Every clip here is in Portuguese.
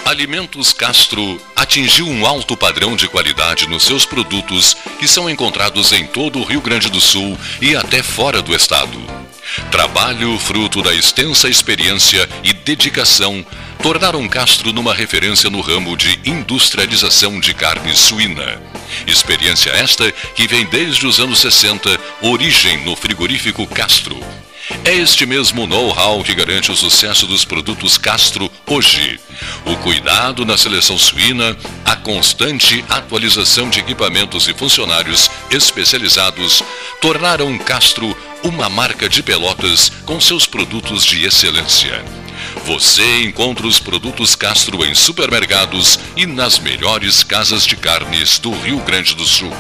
Alimentos Castro atingiu um alto padrão de qualidade nos seus produtos que são encontrados em todo o Rio Grande do Sul e até fora do estado. Trabalho fruto da extensa experiência e dedicação tornaram Castro numa referência no ramo de industrialização de carne suína. Experiência esta que vem desde os anos 60, origem no frigorífico Castro. É este mesmo know-how que garante o sucesso dos produtos Castro hoje. O cuidado na seleção suína, a constante atualização de equipamentos e funcionários especializados tornaram Castro uma marca de Pelotas com seus produtos de excelência. Você encontra os produtos Castro em supermercados e nas melhores casas de carnes do Rio Grande do Sul.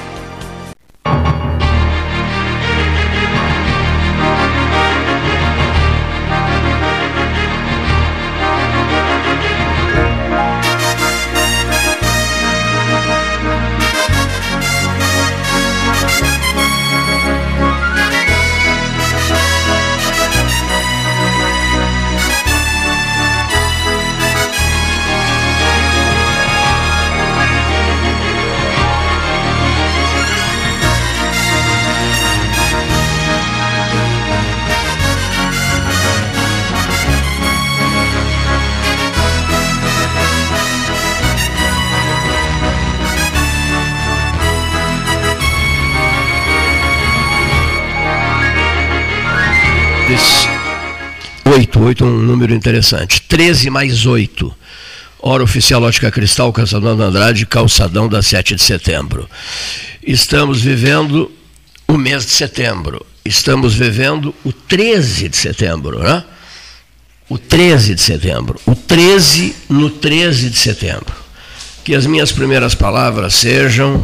Oito é um número interessante. 13 mais 8. Hora oficial Ótica Cristal, Calçadão da Andrade, calçadão da 7 de setembro. Estamos vivendo o mês de setembro. Estamos vivendo o 13 de setembro, né? O 13 de setembro. O 13 no 13 de setembro. Que as minhas primeiras palavras sejam...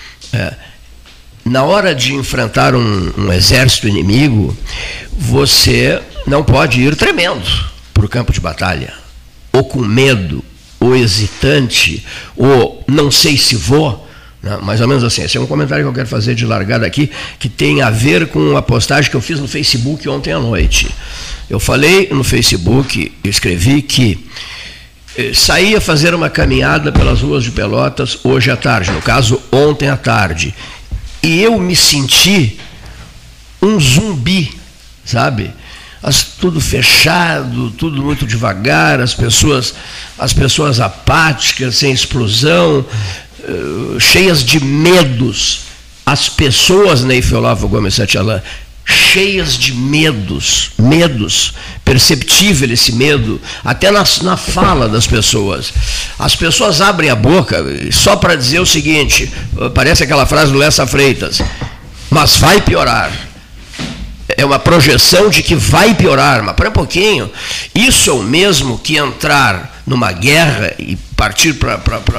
na hora de enfrentar um exército inimigo, você não pode ir tremendo para o campo de batalha, ou com medo, ou hesitante, ou não sei se vou, né? Mais ou menos assim. Esse é um comentário que eu quero fazer de largada aqui, que tem a ver com a postagem que eu fiz no Facebook ontem à noite. Eu falei no Facebook, escrevi que saía fazer uma caminhada pelas ruas de Pelotas hoje à tarde, no caso ontem à tarde, e eu me senti um zumbi, sabe? Tudo fechado, tudo muito devagar, as pessoas apáticas, sem explosão, cheias de medos. As pessoas, Neif Olavo Gomes Satialã, cheias de medos, perceptível esse medo, até na fala das pessoas. As pessoas abrem a boca só para dizer o seguinte, parece aquela frase do Lessa Freitas, mas vai piorar. É uma projeção de que vai piorar, mas para um pouquinho. Isso é o mesmo que entrar numa guerra e partir para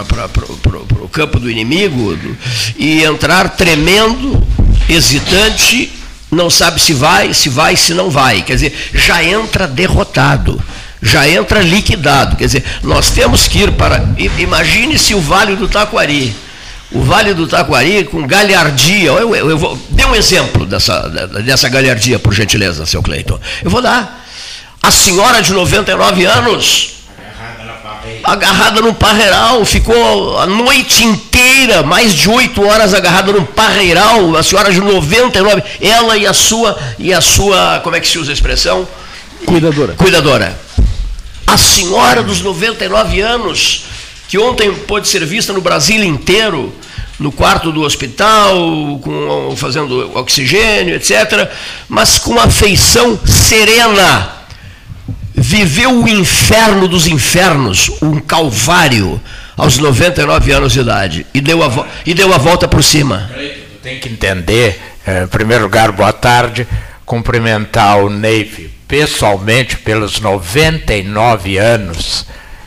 o campo do inimigo e entrar tremendo, hesitante, não sabe se vai, se não vai. Quer dizer, já entra derrotado, já entra liquidado. Quer dizer, nós temos que ir para... Imagine-se o Vale do Taquari. O Vale do Taquari com galhardia. Eu vou... Dê um exemplo dessa galhardia, por gentileza, seu Cleiton. Eu vou dar. A senhora de 99 anos... agarrada num parreiral, ficou a noite inteira, mais de 8 horas agarrada num parreiral, a senhora de 99, ela e a sua, como é que se usa a expressão? Cuidadora. A senhora dos 99 anos, que ontem pôde ser vista no Brasil inteiro, no quarto do hospital, fazendo oxigênio, etc., mas com afeição serena. Viveu o inferno dos infernos, um calvário, aos 99 anos de idade, e deu a volta por cima. Tem que entender, em primeiro lugar, boa tarde, cumprimentar o Neif pessoalmente pelos 99 anos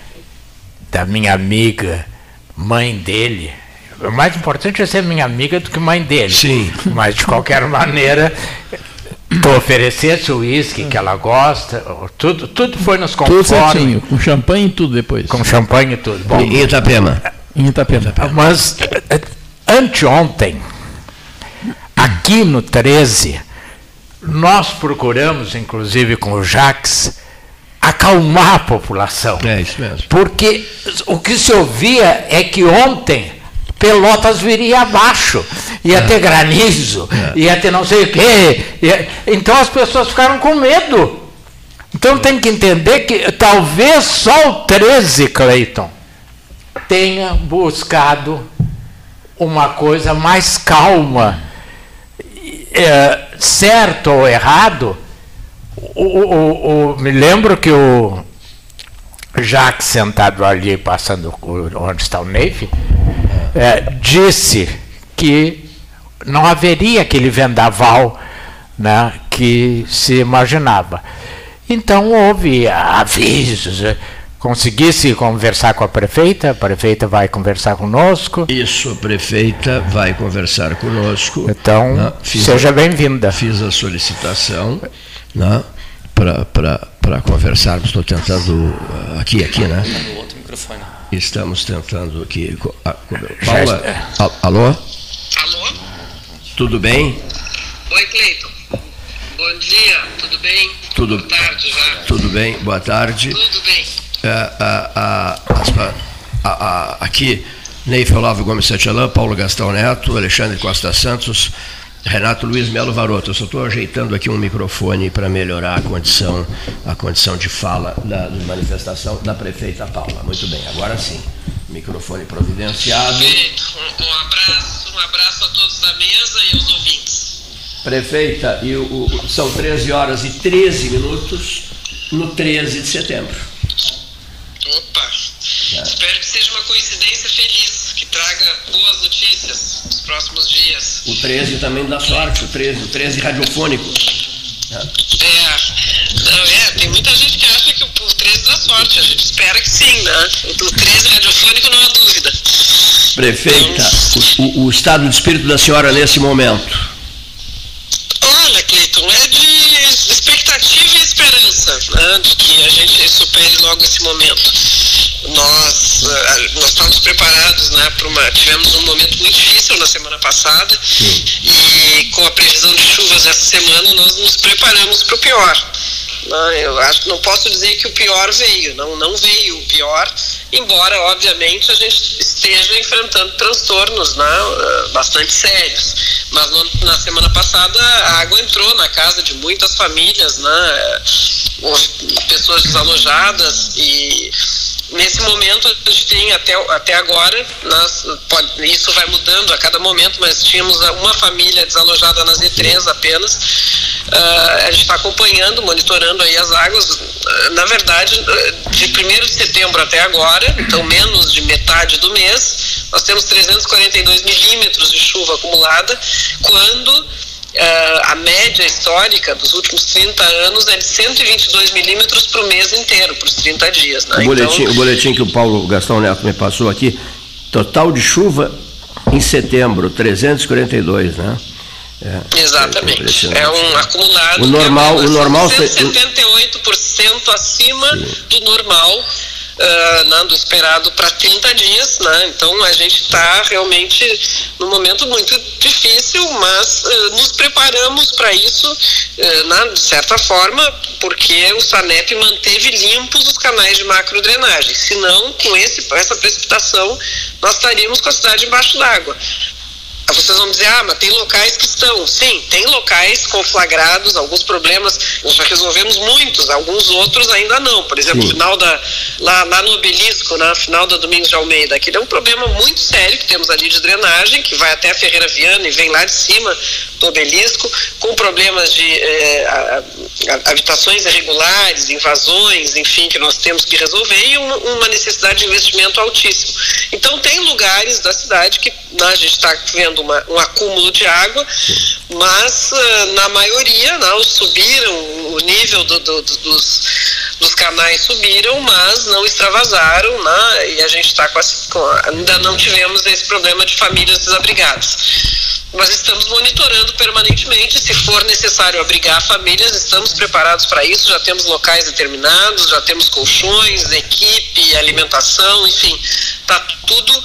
da minha amiga, mãe dele. O mais importante é ser minha amiga do que mãe dele. Sim. Mas, de qualquer maneira... Tu oferecesse o uísque que ela gosta, tudo foi nos conforme. Tudo certinho, com champanhe e tudo depois. Com champanhe e tudo. Bom, em Itapema. Mas, anteontem, aqui no 13, nós procuramos, inclusive com o Jacques, acalmar a população. É isso mesmo. Porque o que se ouvia é que ontem Pelotas viria abaixo, ia ter granizo, ia ter não sei o quê. Então as pessoas ficaram com medo. Então tem que entender que talvez só o 13, Cleiton, tenha buscado uma coisa mais calma. Certo ou errado, me lembro que o Jacques, sentado ali, passando onde está o Neif, disse que não haveria aquele vendaval, né, que se imaginava. Então houve avisos. Conseguisse conversar com a prefeita vai conversar conosco. Isso, a prefeita vai conversar conosco. Então, né, seja bem-vinda. Fiz a solicitação, né, para conversarmos. Estou tentando aqui, né? No outro microfone. Estamos tentando aqui. Paula, alô? Alô? Tudo bem? Oi, Cleiton. Bom dia, tudo bem? Tudo, boa tarde já. Tudo bem, boa tarde. Tudo bem. Aqui, Neif Olavo Gomes Santillan, Paulo Gastão Neto, Alexandre Costa Santos, Renato Luiz Melo Varoto. Eu só estou ajeitando aqui um microfone para melhorar a condição de fala da manifestação da prefeita Paula. Muito bem, agora sim. Microfone providenciado. Perfeito. Um abraço a todos da mesa e aos ouvintes. Prefeita, são 13 horas e 13 minutos no 13 de setembro. Opa! Espero que seja uma coincidência feliz, que traga boas notícias nos próximos dias. O 13 também dá sorte, o 13 radiofônico. Tem muita gente que acha que o 13 dá sorte, a gente espera que sim, né? O 13 radiofônico não há dúvida. Prefeita, o estado de espírito da senhora nesse momento? Olha, Cleiton, é de expectativa e esperança, né, de que a gente supere logo esse momento. Nós estávamos preparados, né, tivemos um momento muito difícil na semana passada. Sim. E com a previsão de chuvas essa semana nós nos preparamos para o pior. Eu acho que não posso dizer que o pior veio, não veio o pior, embora obviamente a gente esteja enfrentando transtornos, né, bastante sérios. Mas na semana passada a água entrou na casa de muitas famílias, né, houve pessoas desalojadas e nesse momento a gente tem até agora, isso vai mudando a cada momento, mas tínhamos uma família desalojada na Z3 apenas. A gente está acompanhando, monitorando aí as águas. Na verdade, de 1º de setembro até agora, então menos de metade do mês, nós temos 342 milímetros de chuva acumulada, quando a média histórica dos últimos 30 anos é de 122 milímetros para o mês inteiro, para os 30 dias. Né? O boletim que o Paulo Gastão Neto me passou aqui, total de chuva em setembro, 342, né? Exatamente. É um acumulado. O normal 78% acima do normal, do esperado para 30 dias, né? Então a gente está realmente num momento muito difícil, mas nos preparamos para isso, de certa forma, porque o SANEP manteve limpos os canais de macrodrenagem. Senão, com essa precipitação, nós estaríamos com a cidade embaixo d'água. Vocês vão dizer, mas tem locais que estão. Sim, tem locais conflagrados, alguns problemas, nós já resolvemos muitos, alguns outros ainda não. Por exemplo, lá no Obelisco, na final da Domingos de Almeida, aquele é um problema muito sério que temos ali de drenagem, que vai até a Ferreira Viana e vem lá de cima do Obelisco, com problemas de habitações irregulares, invasões, enfim, que nós temos que resolver, e uma necessidade de investimento altíssimo. Então tem lugares da cidade que a gente está vendo um acúmulo de água, mas na maioria subiram, o nível dos canais subiram, mas não extravasaram, né, e a gente está ainda não tivemos esse problema de famílias desabrigadas. Mas estamos monitorando permanentemente, se for necessário abrigar famílias, estamos preparados para isso, já temos locais determinados, já temos colchões, equipe, alimentação, enfim, está tudo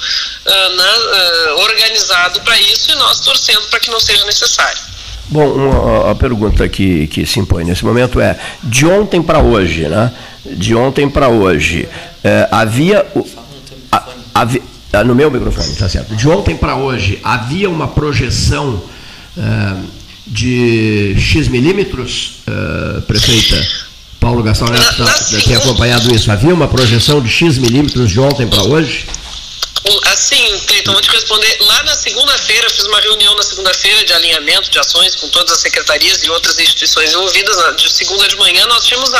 organizado para isso e nós torcendo para que não seja necessário. Bom, a pergunta que se impõe nesse momento é, de ontem para hoje, né? de ontem para hoje, no meu microfone, tá certo. De ontem para hoje, havia uma projeção de X milímetros, prefeita Paulo Gastão Neto tem acompanhado isso. Havia uma projeção de X milímetros de ontem para hoje? Assim, Cleiton, vou te responder. Lá na segunda-feira, fiz uma reunião na segunda-feira de alinhamento de ações com todas as secretarias e outras instituições envolvidas. De segunda de manhã, nós tínhamos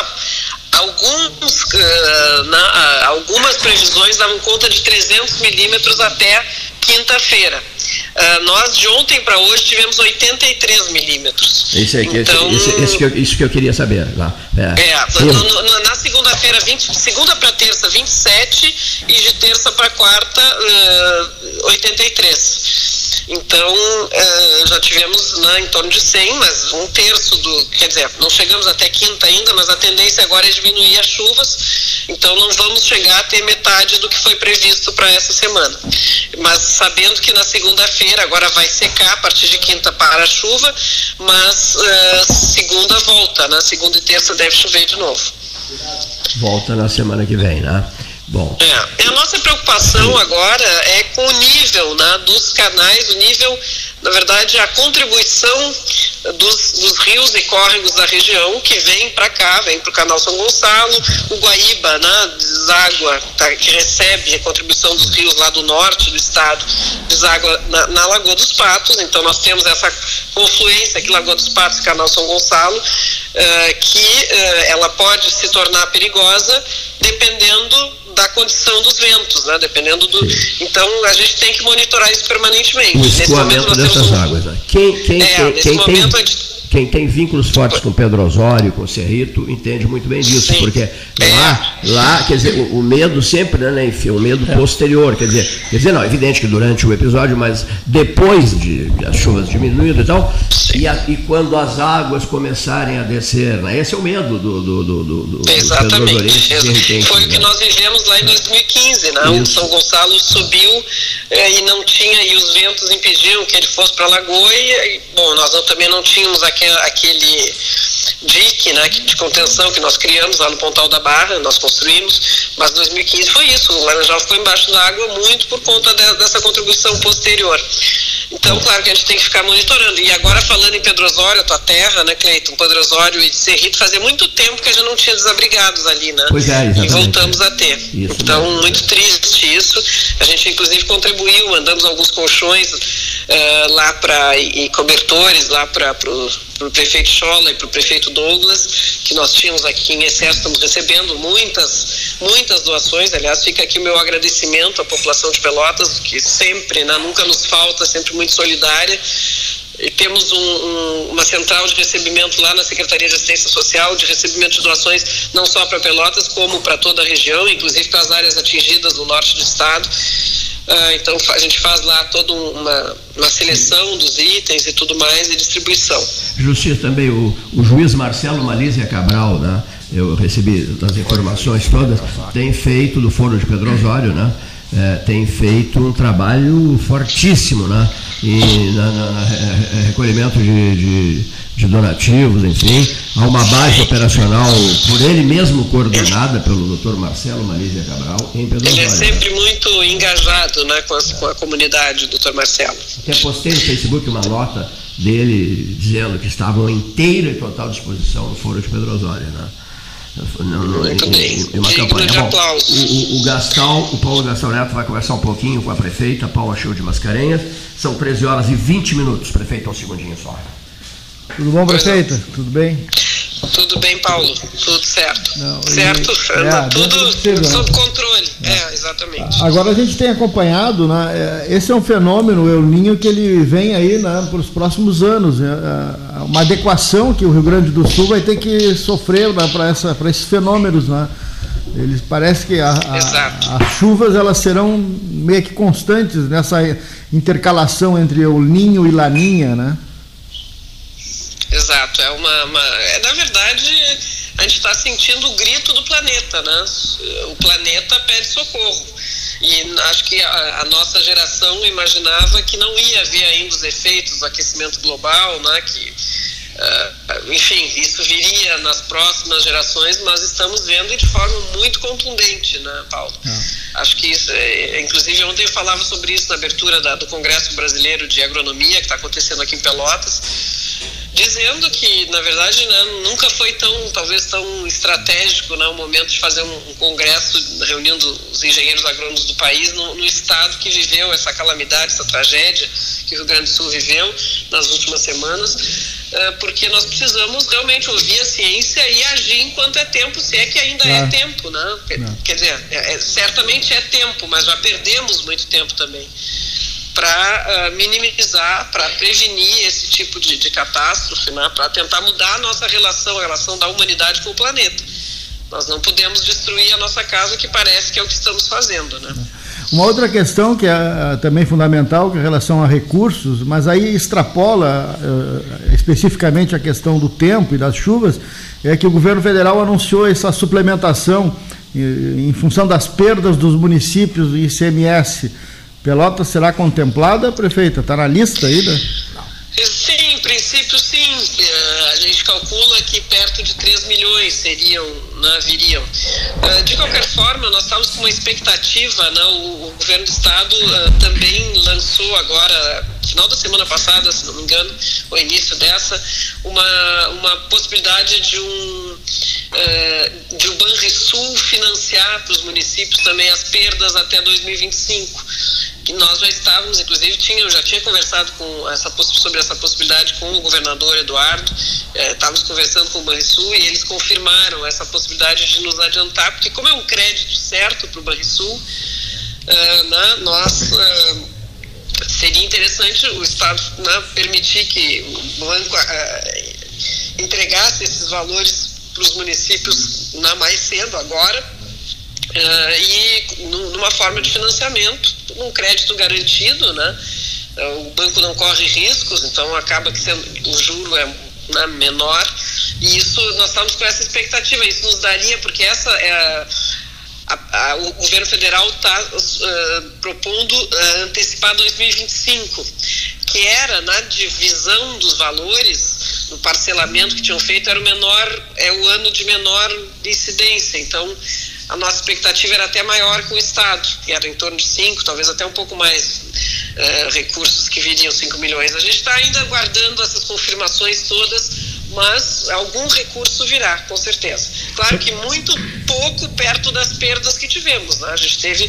algumas previsões davam conta de 300 milímetros até quinta-feira. Nós, de ontem para hoje, tivemos 83 milímetros. Isso que eu queria saber. Lá. Na segunda-feira, segunda para terça, 27, e de terça para quarta, 83. Então, já tivemos em torno de 100, mas um terço quer dizer, não chegamos até quinta ainda, mas a tendência agora é diminuir as chuvas, então não vamos chegar a ter metade do que foi previsto para essa semana. Mas sabendo que na segunda-feira agora vai secar, a partir de quinta para a chuva, mas segunda volta, na segunda e terça deve chover de novo. Volta na semana que vem, né? Bom. A nossa preocupação agora é com o nível dos canais, o nível, na verdade, a contribuição dos rios e córregos da região que vem para cá, vem para o Canal São Gonçalo, o Guaíba, deságua, que recebe a contribuição dos rios lá do norte do estado, deságua na Lagoa dos Patos. Então nós temos essa confluência aqui, Lagoa dos Patos e Canal São Gonçalo, que ela pode se tornar perigosa dependendo da condição dos ventos, dependendo do... Então a gente tem que monitorar isso permanentemente. O escoamento dessas águas. Quem tem vínculos fortes com Pedro Osório, com Cerrito, entende muito bem disso. Sim. Porque lá, quer dizer, o medo sempre, o medo posterior, quer dizer, não, é evidente que durante o episódio, mas depois de as chuvas diminuindo e tal, e quando as águas começarem a descer, esse é o medo do exatamente. Foi o que nós vivemos lá em 2015, o São Gonçalo subiu e não tinha, e os ventos impediram que ele fosse para a lagoa, e nós também não tínhamos aquele dique de contenção que nós criamos lá no Pontal da Barra, nós construímos, mas 2015 foi isso, o Laranjal ficou embaixo d'água muito por conta dessa contribuição posterior. Então, claro que a gente tem que ficar monitorando. E agora, falando em Pedro Osório, a tua terra, Cleiton, Pedro Osório e Cerrito, fazia muito tempo que a gente não tinha desabrigados ali, Pois e voltamos a ter. Isso então, mesmo. Muito triste isso. A gente, inclusive, contribuiu, mandamos alguns colchões lá e cobertores lá para o prefeito Scholla e para o prefeito Douglas, que nós tínhamos aqui em excesso, estamos recebendo muitas doações. Aliás, fica aqui o meu agradecimento à população de Pelotas, que sempre, nunca nos falta, sempre muito solidária. E temos uma central de recebimento lá na Secretaria de Assistência Social, de recebimento de doações não só para Pelotas, como para toda a região, inclusive para as áreas atingidas no norte do estado. Então a gente faz lá toda uma seleção dos itens e tudo mais, e distribuição. Justiça também, o juiz Marcelo Malísia Cabral, eu recebi as informações todas, tem feito do Foro de Pedro Osório, tem feito um trabalho fortíssimo, e recolhimento de donativos, enfim, há uma base operacional por ele mesmo coordenada pelo Dr. Marcelo Malísia Cabral em Pedro Osório. Ele é sempre muito engajado com a comunidade, Dr. Marcelo. Até postei no Facebook uma nota dele dizendo que estavam à inteira e total disposição no Foro de Pedro Osório, Muito bem. Uma campanha. De aplausos. O Paulo Gastão Neto vai conversar um pouquinho com a prefeita Paula Schil de Mascarenhas. São 13h20, prefeita, um segundinho só. Tudo bom, prefeita? Tudo bem? Tudo bem, Paulo. Tudo certo. Certo? Tudo sob controle. Exatamente. Agora a gente tem acompanhado, esse é um fenômeno, o El Niño, que ele vem aí para os próximos anos. Uma adequação que o Rio Grande do Sul vai ter que sofrer para esses fenômenos. Eles parece que as chuvas elas serão meio que constantes nessa intercalação entre El Niño e Laninha, Exato, na verdade a gente está sentindo o grito do planeta, o planeta pede socorro, e acho que a nossa geração imaginava que não ia haver ainda os efeitos do aquecimento global, que enfim, isso viria nas próximas gerações, mas estamos vendo de forma muito contundente, né, Paulo? Acho que isso, inclusive ontem eu falava sobre isso na abertura do Congresso Brasileiro de Agronomia, que está acontecendo aqui em Pelotas, dizendo que, na verdade, né, nunca foi talvez tão estratégico, né, o momento de fazer um congresso reunindo os engenheiros agrônomos do país no estado que viveu essa calamidade, essa tragédia que o Rio Grande do Sul viveu nas últimas semanas, porque nós precisamos realmente ouvir a ciência e agir enquanto é tempo, se é que ainda é tempo, né? Quer dizer, certamente é tempo, mas já perdemos muito tempo também para minimizar, para prevenir esse tipo de catástrofe, né? Para tentar mudar a nossa relação, a relação da humanidade com o planeta. Nós não podemos destruir a nossa casa, que parece que é o que estamos fazendo, né? Uma outra questão que é também fundamental, que é em relação a recursos, mas aí extrapola especificamente a questão do tempo e das chuvas, é que o governo federal anunciou essa suplementação em função das perdas dos municípios do ICMS. Pelotas será contemplada, prefeita? Está na lista ainda? Sim, em princípio sim. A gente calcula que perto de 3 milhões viriam. De qualquer forma, nós estamos com uma expectativa, né? O governo do estado também lançou agora, final da semana passada, se não me engano, ou início dessa, uma possibilidade de o Banrisul financiar para os municípios também as perdas até 2025. Que nós já estávamos, inclusive eu já tinha conversado sobre essa possibilidade com o governador Eduardo, estávamos conversando com o Banrisul e eles confirmaram essa possibilidade de nos adiantar, porque como é um crédito certo para o Banrisul, seria interessante o Estado, né, permitir que o banco entregasse esses valores para os municípios mais cedo agora, e numa forma de financiamento, um crédito garantido, né? O banco não corre riscos, então acaba que o juro é menor, e isso nós estamos com essa expectativa. Isso nos daria, porque essa o governo federal está propondo antecipar 2025, que era na divisão dos valores, no parcelamento que tinham feito, era o ano de menor incidência. Então a nossa expectativa era até maior que o Estado, que era em torno de 5, talvez até um pouco mais recursos que viriam, 5 milhões. A gente está ainda aguardando essas confirmações todas, mas algum recurso virá, com certeza. Claro que muito pouco perto das perdas que tivemos, né? A gente teve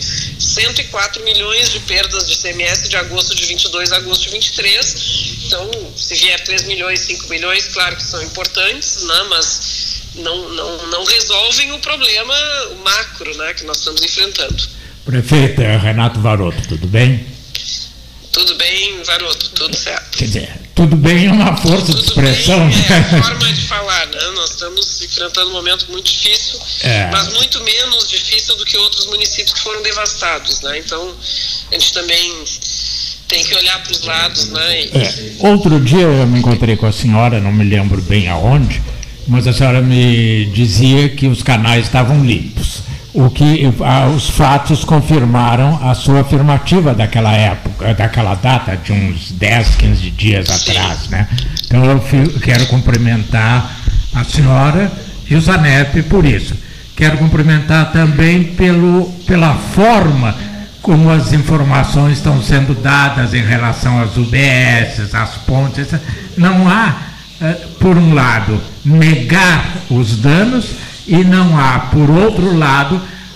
104 milhões de perdas de ICMS de agosto de 22 a agosto de 23, então se vier 3 milhões, 5 milhões, claro que são importantes, né? Mas não resolvem o problema macro, né, que nós estamos enfrentando. Prefeita, Renato Varoto, tudo bem? Tudo bem, Varoto, tudo certo. Quer dizer, tudo bem é uma força de expressão. Bem, é a forma de falar, né? Nós estamos enfrentando um momento muito difícil, mas muito menos difícil do que outros municípios que foram devastados, né? Então, a gente também tem que olhar para os lados, né? Outro dia eu me encontrei com a senhora, não me lembro bem aonde, mas a senhora me dizia que os canais estavam limpos, o que os fatos confirmaram a sua afirmativa daquela época, daquela data, de uns 10, 15 dias atrás, né? Então eu quero cumprimentar a senhora e o Zanep por isso. Quero cumprimentar também pela forma como as informações estão sendo dadas em relação às UBS, às pontes. Não há, por um lado, negar os danos, e não há, por outro lado,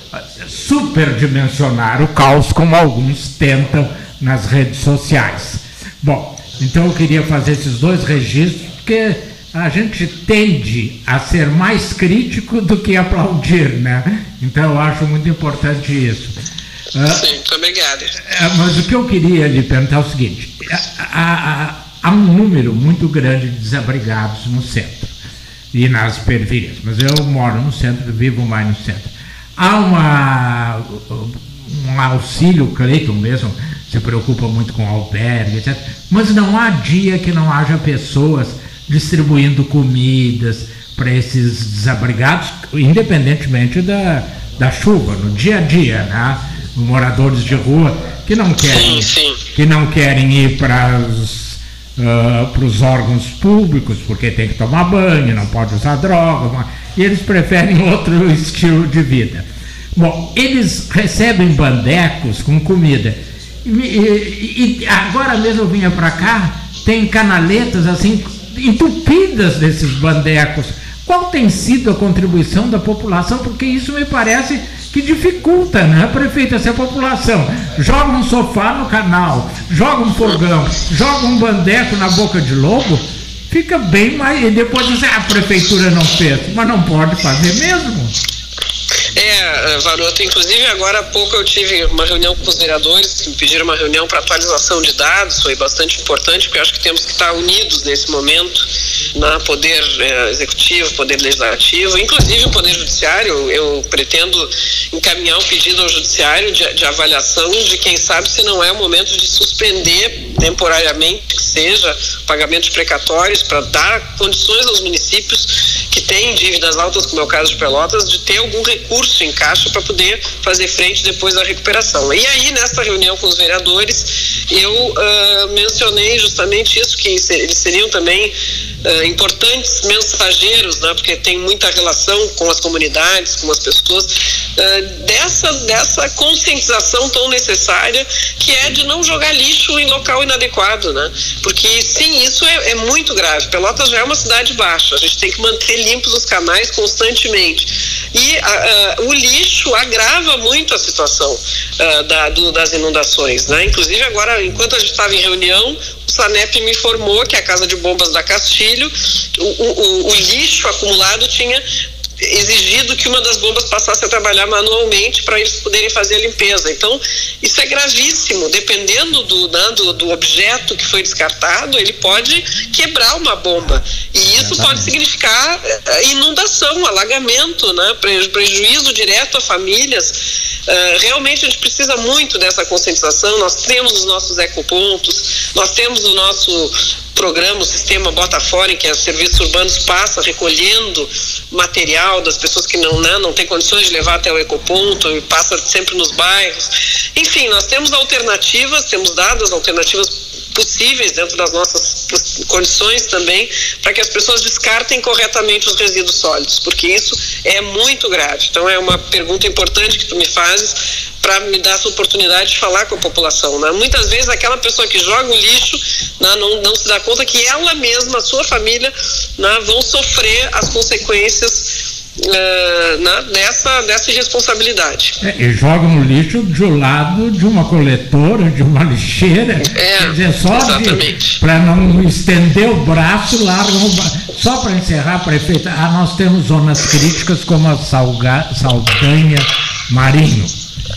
superdimensionar o caos, como alguns tentam nas redes sociais. Bom, então eu queria fazer esses dois registros, porque a gente tende a ser mais crítico do que aplaudir, né? Então eu acho muito importante isso. Sim, muito obrigado. Mas o que eu queria lhe perguntar é o seguinte: há um número muito grande de desabrigados no centro e nas periferias, mas eu moro no centro, vivo mais no centro. Há um auxílio, o Cleiton mesmo se preocupa muito com albergue, etc. Mas não há dia que não haja pessoas distribuindo comidas para esses desabrigados, independentemente da chuva, no dia a dia, né? Moradores de rua que não querem ir para para os órgãos públicos, porque tem que tomar banho, não pode usar droga, e eles preferem outro estilo de vida. Bom, eles recebem bandecos com comida. E agora mesmo eu vinha para cá, tem canaletas assim entupidas desses bandecos. Qual tem sido a contribuição da população? Porque isso me parece que dificulta, né, prefeita? Se a população joga um sofá no canal, joga um fogão, joga um bandeco na boca de lobo, fica bem mais. E depois diz, a prefeitura não fez, mas não pode fazer mesmo. Varoto, inclusive agora há pouco eu tive uma reunião com os vereadores que me pediram uma reunião para atualização de dados, foi bastante importante, porque eu acho que temos que estar unidos nesse momento, na Poder Executivo, Poder Legislativo, inclusive o Poder Judiciário. Eu pretendo encaminhar um pedido ao Judiciário de avaliação de quem sabe se não é o momento de suspender temporariamente, que seja, pagamentos precatórios para dar condições aos municípios que têm dívidas altas, como é o caso de Pelotas, de ter algum recurso em caixa para poder fazer frente depois da recuperação. E aí, nessa reunião com os vereadores, eu mencionei justamente isso, que eles seriam também importantes mensageiros, né, porque tem muita relação com as comunidades, com as pessoas, dessa conscientização tão necessária, que é de não jogar lixo em local inadequado, né? Porque sim, isso é muito grave. Pelotas já é uma cidade baixa, a gente tem que manter limpos os canais constantemente. E o lixo agrava muito a situação das inundações, né? Inclusive agora, enquanto a gente estava em reunião, o SANEP me informou que a Casa de Bombas da Castilho, o lixo acumulado tinha exigido que uma das bombas passasse a trabalhar manualmente para eles poderem fazer a limpeza. Então, isso é gravíssimo. Dependendo do objeto que foi descartado, ele pode quebrar uma bomba. E isso pode significar inundação, alagamento, né? Prejuízo direto a famílias. Realmente a gente precisa muito dessa conscientização. Nós temos os nossos ecopontos, nós temos o nosso programa, o sistema Bota Fora, em que os serviços urbanos passam recolhendo material das pessoas que não têm condições de levar até o ecoponto, e passa sempre nos bairros. Enfim, nós temos alternativas, temos dado as alternativas possíveis dentro das nossas condições também, para que as pessoas descartem corretamente os resíduos sólidos, porque isso é muito grave. Então é uma pergunta importante que tu me fazes, para me dar essa oportunidade de falar com a população, né? Muitas vezes aquela pessoa que joga o lixo, né, não se dá conta que ela mesma, a sua família, né, vão sofrer as consequências dessa irresponsabilidade. E jogam o lixo do lado de uma coletora, de uma lixeira, quer dizer, só para não estender o braço, largam só para encerrar, prefeita, nós temos zonas críticas como a Saldanha Marinho.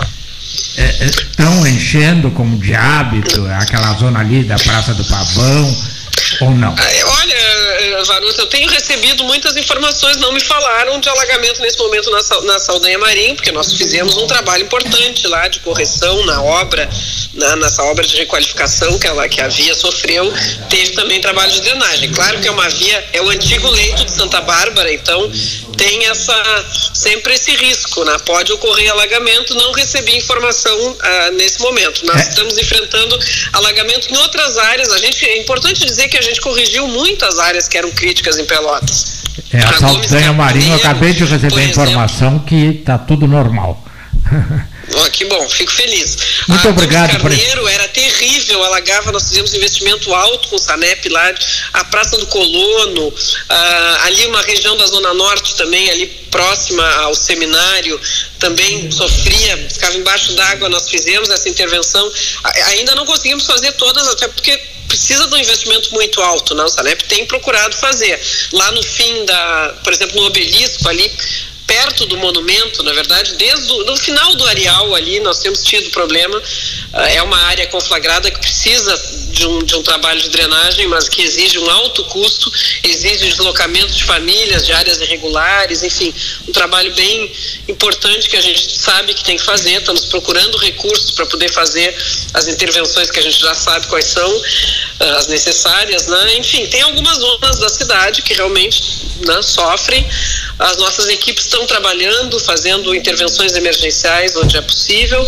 Estão enchendo como de hábito aquela zona ali da Praça do Pavão, ou não? Olha, Vanuta, eu tenho recebido muitas informações, não me falaram de alagamento nesse momento na Saldanha Marinho, porque nós fizemos um trabalho importante lá de correção na obra, nessa obra de requalificação que a via sofreu, teve também trabalho de drenagem. Claro que é uma via, é o antigo leito de Santa Bárbara, então tem sempre esse risco, né? Pode ocorrer alagamento. Não recebi informação nesse momento. Nós estamos enfrentando alagamento em outras áreas. É importante dizer que a gente corrigiu muitas áreas que eram críticas em Pelotas. A Saldanha Marinho, eu acabei de receber a informação que está tudo normal. Que bom, fico feliz. Muito obrigado. Carneiro era terrível, alagava, nós fizemos investimento alto com o SANEP lá, a Praça do Colono, ali uma região da Zona Norte também, ali próxima ao seminário, também sofria, ficava embaixo d'água. Nós fizemos essa intervenção, ainda não conseguimos fazer todas, até porque precisa de um investimento muito alto, né? O SANEP tem procurado fazer. Lá no fim por exemplo, no Obelisco ali, perto do monumento, na verdade, desde o final do areal ali, nós temos tido problema. É uma área conflagrada que precisa de um trabalho de drenagem, mas que exige um alto custo, exige deslocamento de famílias, de áreas irregulares, enfim, um trabalho bem importante que a gente sabe que tem que fazer. Estamos procurando recursos para poder fazer as intervenções que a gente já sabe quais são, as necessárias, né? Enfim, tem algumas zonas da cidade que realmente, né, sofrem. As nossas equipes estão trabalhando, fazendo intervenções emergenciais onde é possível.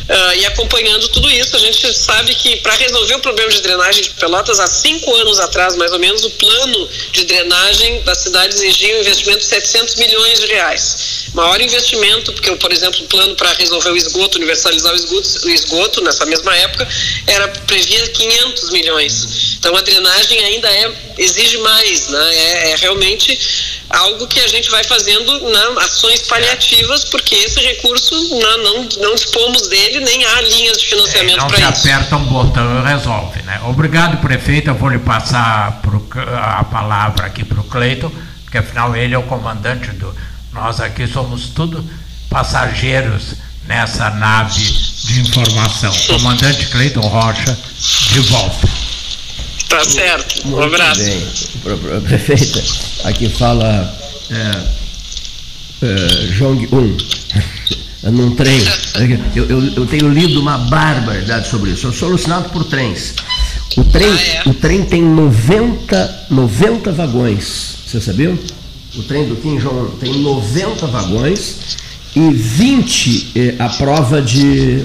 e acompanhando tudo isso. A gente sabe que para resolver o problema de drenagem de Pelotas, há 5 anos atrás, mais ou menos, o plano de drenagem da cidade exigia um investimento de 700 milhões de reais. Maior investimento, porque, por exemplo, o plano para resolver o esgoto, universalizar o esgoto, nessa mesma época, previa 500 milhões. Então a drenagem ainda exige mais, né? É realmente algo que a gente vai fazendo, ações paliativas, porque esse recurso não dispomos dele, nem há linhas de financiamento para isso. Não se aperta um botão e resolve, né? Obrigado, prefeito. Eu vou lhe passar a palavra aqui para o Cleiton, porque afinal ele é o comandante nós aqui somos tudo passageiros nessa nave de informação. Comandante Cleiton Rocha, de volta. Tá certo, um abraço. Bem. Prefeita, aqui fala Jong-un, num trem. Eu tenho lido uma barbaridade sobre isso. Eu sou alucinado por trens. O trem tem 90 vagões. Você sabia? O trem do Kim Jong-un tem 90 vagões e 20 a prova de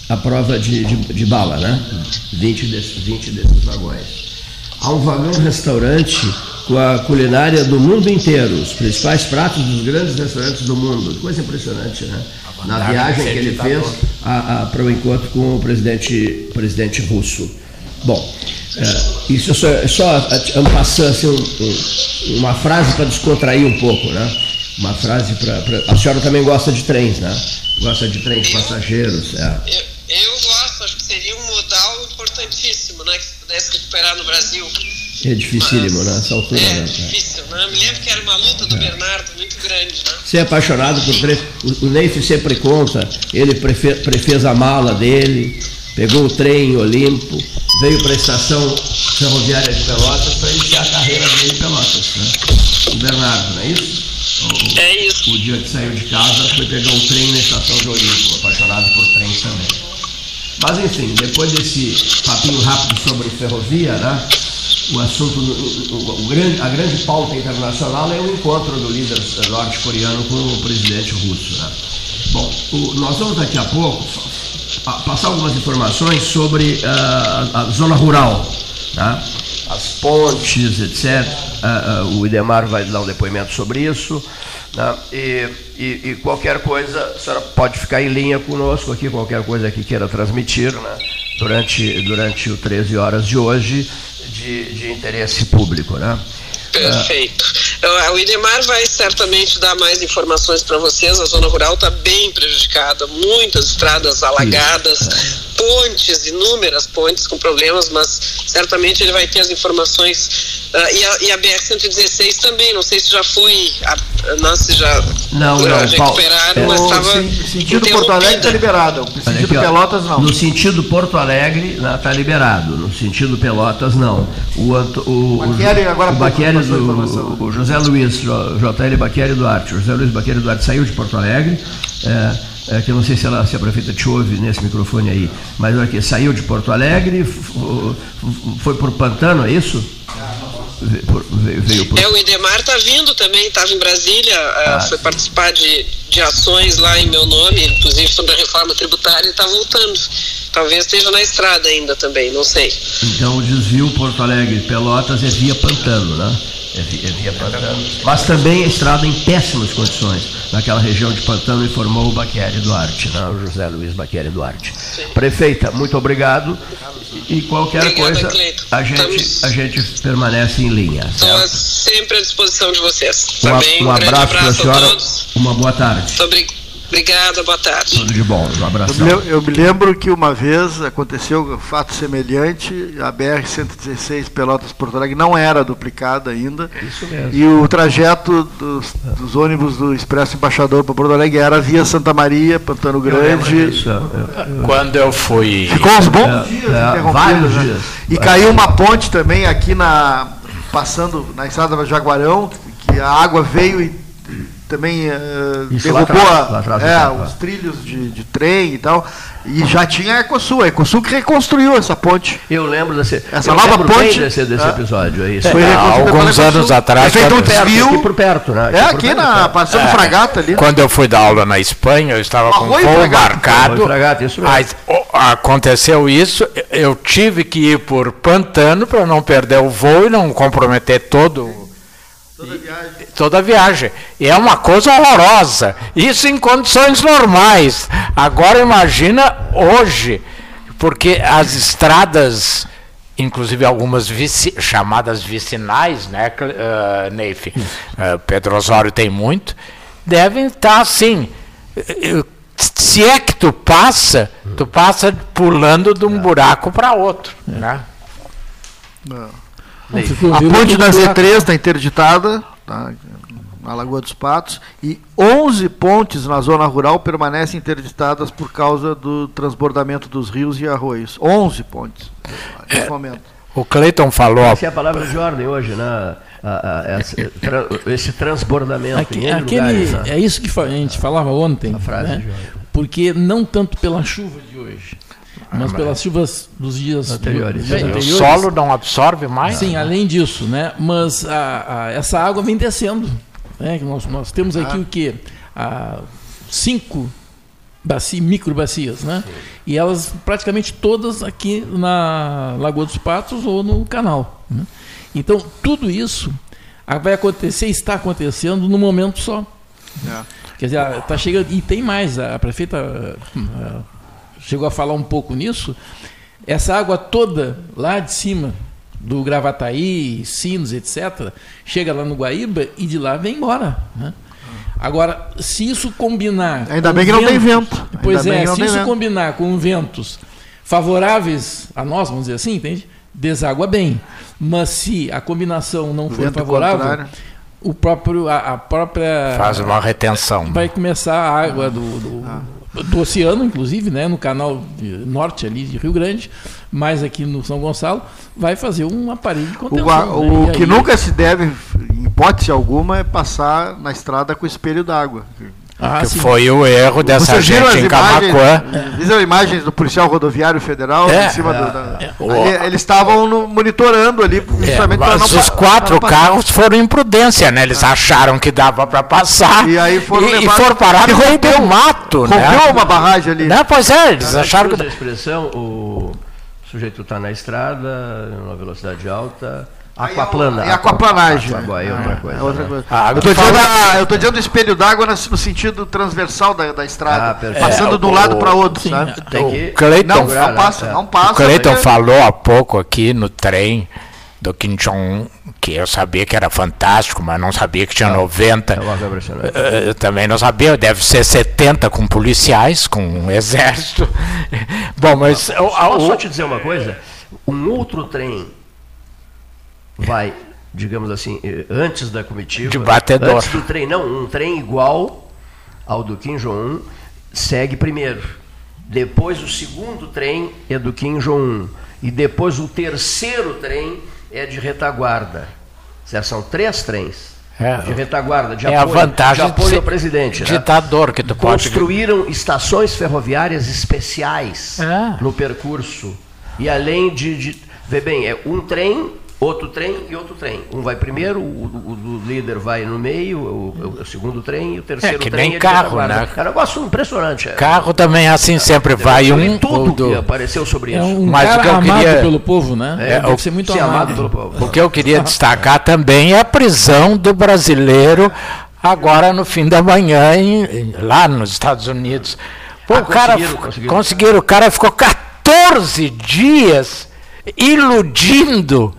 bala, né? 20 desses vagões. Há um vagão-restaurante com a culinária do mundo inteiro, os principais pratos dos grandes restaurantes do mundo. Coisa impressionante, né? Na viagem que ele fez para o encontro com o presidente russo. Bom, isso é só passando assim, uma frase para descontrair um pouco, né? Uma frase para... A senhora também gosta de trens, né? Gosta de trens passageiros. Eu gosto, acho que seria um modal importantíssimo, né? Que se pudesse recuperar no Brasil. É dificílimo, né? Essa altura. Difícil, né? Me lembro que era uma luta do Bernardo muito grande, né? Você é apaixonado por trem. O Neif sempre conta, ele prefez a mala dele, pegou o trem em Olimpo, veio para a estação ferroviária de Pelotas para iniciar a carreira dele em Pelotas, né? O Bernardo, não é isso? É isso. O dia que saiu de casa foi pegar um trem na estação de Olimpo, apaixonado por trens também. Mas enfim, depois desse papinho rápido sobre ferrovia, né? O assunto, a grande pauta internacional é o encontro do líder norte-coreano com o presidente russo, né? Bom, nós vamos daqui a pouco passar algumas informações sobre a zona rural, né? As pontes, etc. O Idemar vai dar um depoimento sobre isso, né? E qualquer coisa, a senhora pode ficar em linha conosco aqui, qualquer coisa que queira transmitir, né? Durante o 13 horas de hoje, de interesse público, né? Perfeito. O Idemar vai certamente dar mais informações para vocês. A zona rural está bem prejudicada, muitas estradas alagadas, pontes, inúmeras pontes com problemas, mas certamente ele vai ter as informações. E a BR-116 também, não sei se já foi, recuperaram, mas estava... Sentido Porto Alegre está liberado, o sentido Pelotas não. No sentido Porto Alegre está liberado, no sentido Pelotas não. O Baqueri, o José Luiz, JL Baqueri Duarte, José Luiz Baqueri Duarte saiu de Porto Alegre, que eu não sei se a prefeita te ouve nesse microfone aí, mas olha aqui, saiu de Porto Alegre, foi por Pantano, é isso? O Idemar está vindo também, estava em Brasília, foi participar de ações lá em meu nome, inclusive sobre a reforma tributária, e está voltando. Talvez esteja na estrada ainda também, não sei. Então o desvio Porto Alegre-Pelotas é via Pantano, né? É via Pantano. Mas também a estrada em péssimas condições. Naquela região de Pantano informou o Baqueri Duarte, né? O José Luiz Baqueri Duarte. Sim. Prefeita, muito obrigado. E qualquer coisa, a gente permanece em linha. Estou sempre à disposição de vocês. Um abraço para a senhora. Uma boa tarde. Obrigada, boa tarde. Tudo de bom, um abraço. Eu me lembro que uma vez aconteceu um fato semelhante, a BR-116 Pelotas-Porto Alegre não era duplicada ainda. Isso mesmo. E o trajeto dos ônibus do Expresso Embaixador para Porto Alegre era via Santa Maria, Pantano Grande. Quando eu fui... Ficou uns bons dias, vários dias. E caiu uma ponte também aqui passando na estrada do Jaguarão, que a água veio e também Isso derrubou lá atrás, os trilhos de trem e tal. E já tinha a Ecosul que reconstruiu essa ponte. Eu lembro desse desse episódio aí. Foi alguns anos atrás. Feito um desvio. Aqui por perto, né? Passando Fragata ali. Quando eu fui dar aula na Espanha, eu estava com Arroio voo Fragata. marcado. Fragata, isso mesmo. Mas aconteceu isso, eu tive que ir por Pantano para não perder o voo e não comprometer toda a viagem. E é uma coisa horrorosa. Isso em condições normais. Agora imagina hoje, porque as estradas, inclusive algumas chamadas vicinais, né, Neif? Pedro Osório tem muito, devem estar assim. Se é que tu passa pulando de um buraco para outro, né? A ponte da Z3 está interditada, tá, na Lagoa dos Patos, e 11 pontes na zona rural permanecem interditadas por causa do transbordamento dos rios e arroios. 11 pontes nesse momento. O Cleiton falou... Essa é a palavra de ordem hoje, né? Esse transbordamento em lugares, né? É isso que a gente falava ontem, A frase, né? Porque não tanto pela chuva de hoje, mas pelas chuvas dos dias anteriores. O solo não absorve mais? Sim, além disso, né? Mas essa água vem descendo. Né? Nós temos aqui o quê? 5 microbacias, né? Sim. E elas praticamente todas aqui na Lagoa dos Patos ou no canal. Né? Então, tudo isso vai acontecer, está acontecendo num momento só. Quer dizer, está chegando, e tem mais, a prefeita chegou a falar um pouco nisso, essa água toda lá de cima, do Gravataí, Sinos, etc., chega lá no Guaíba e de lá vem embora. Né? Agora, se isso combinar... Ainda bem que não tem vento. Pois é, se isso combinar com ventos favoráveis a nós, vamos dizer assim, entende? Deságua bem. Mas se a combinação não for favorável... A própria... Faz uma retenção. Vai começar a água do oceano, inclusive, né, no canal norte ali de Rio Grande, mas aqui no São Gonçalo, vai fazer um aparelho de contenção. O que nunca se deve, em hipótese alguma, é passar na estrada com o espelho d'água. Que foi o erro dessa gente em Camaquã. Viram imagens do policial rodoviário federal em cima eles estavam monitorando ali justamente para não... Mas os 4 carros foram imprudência, né? Eles acharam que dava para passar e aí foram parar no meio do mato, né? Rompeu uma barragem ali. Não, pois é, eles acharam que... A expressão, o sujeito está na estrada, numa velocidade alta... Aquaplana. É aquaplanagem. É outra coisa. Eu estou dizendo espelho d'água no sentido transversal da estrada. Passando de um lado para outro, sabe? O Cleiton não passa. O Cleiton falou há pouco aqui no trem do Kim Jong-un, que eu sabia que era fantástico, mas não sabia que tinha 90. Eu também não sabia, deve ser 70 com policiais, com um exército. Bom, mas... Só te dizer uma coisa, um outro trem vai, digamos assim, antes da comitiva, de batedor. Antes do trem, um trem igual ao do Kim Jong-un segue primeiro. Depois o segundo trem é do Kim Jong-un. E depois o terceiro trem é de retaguarda. São 3 trens de retaguarda, de apoio, a vantagem de apoio ao presidente. Ditador, né? Que tu construíram estações ferroviárias especiais no percurso. E além vê bem, é um trem, outro trem e outro trem. Um vai primeiro, o líder vai no meio, o segundo trem, e o terceiro que trem. Nem carro, né? É um negócio impressionante. Carro também é assim, sempre vai tudo que apareceu sobre isso. Mas cara o que eu queria pelo povo, né? Deve ser muito amado pelo povo. O que eu queria destacar também é a prisão do brasileiro agora no fim da manhã lá nos Estados Unidos. Pô, conseguiram. O cara ficou 14 dias iludindo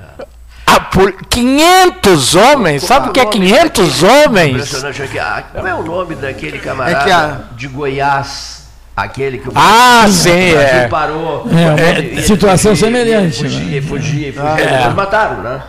500 homens, sabe o que é 500 homens? Impressionante aqui. Como é o nome daquele camarada de Goiás? Aquele que o Brasil parou. Situação semelhante. Fugia. Eles mataram, né?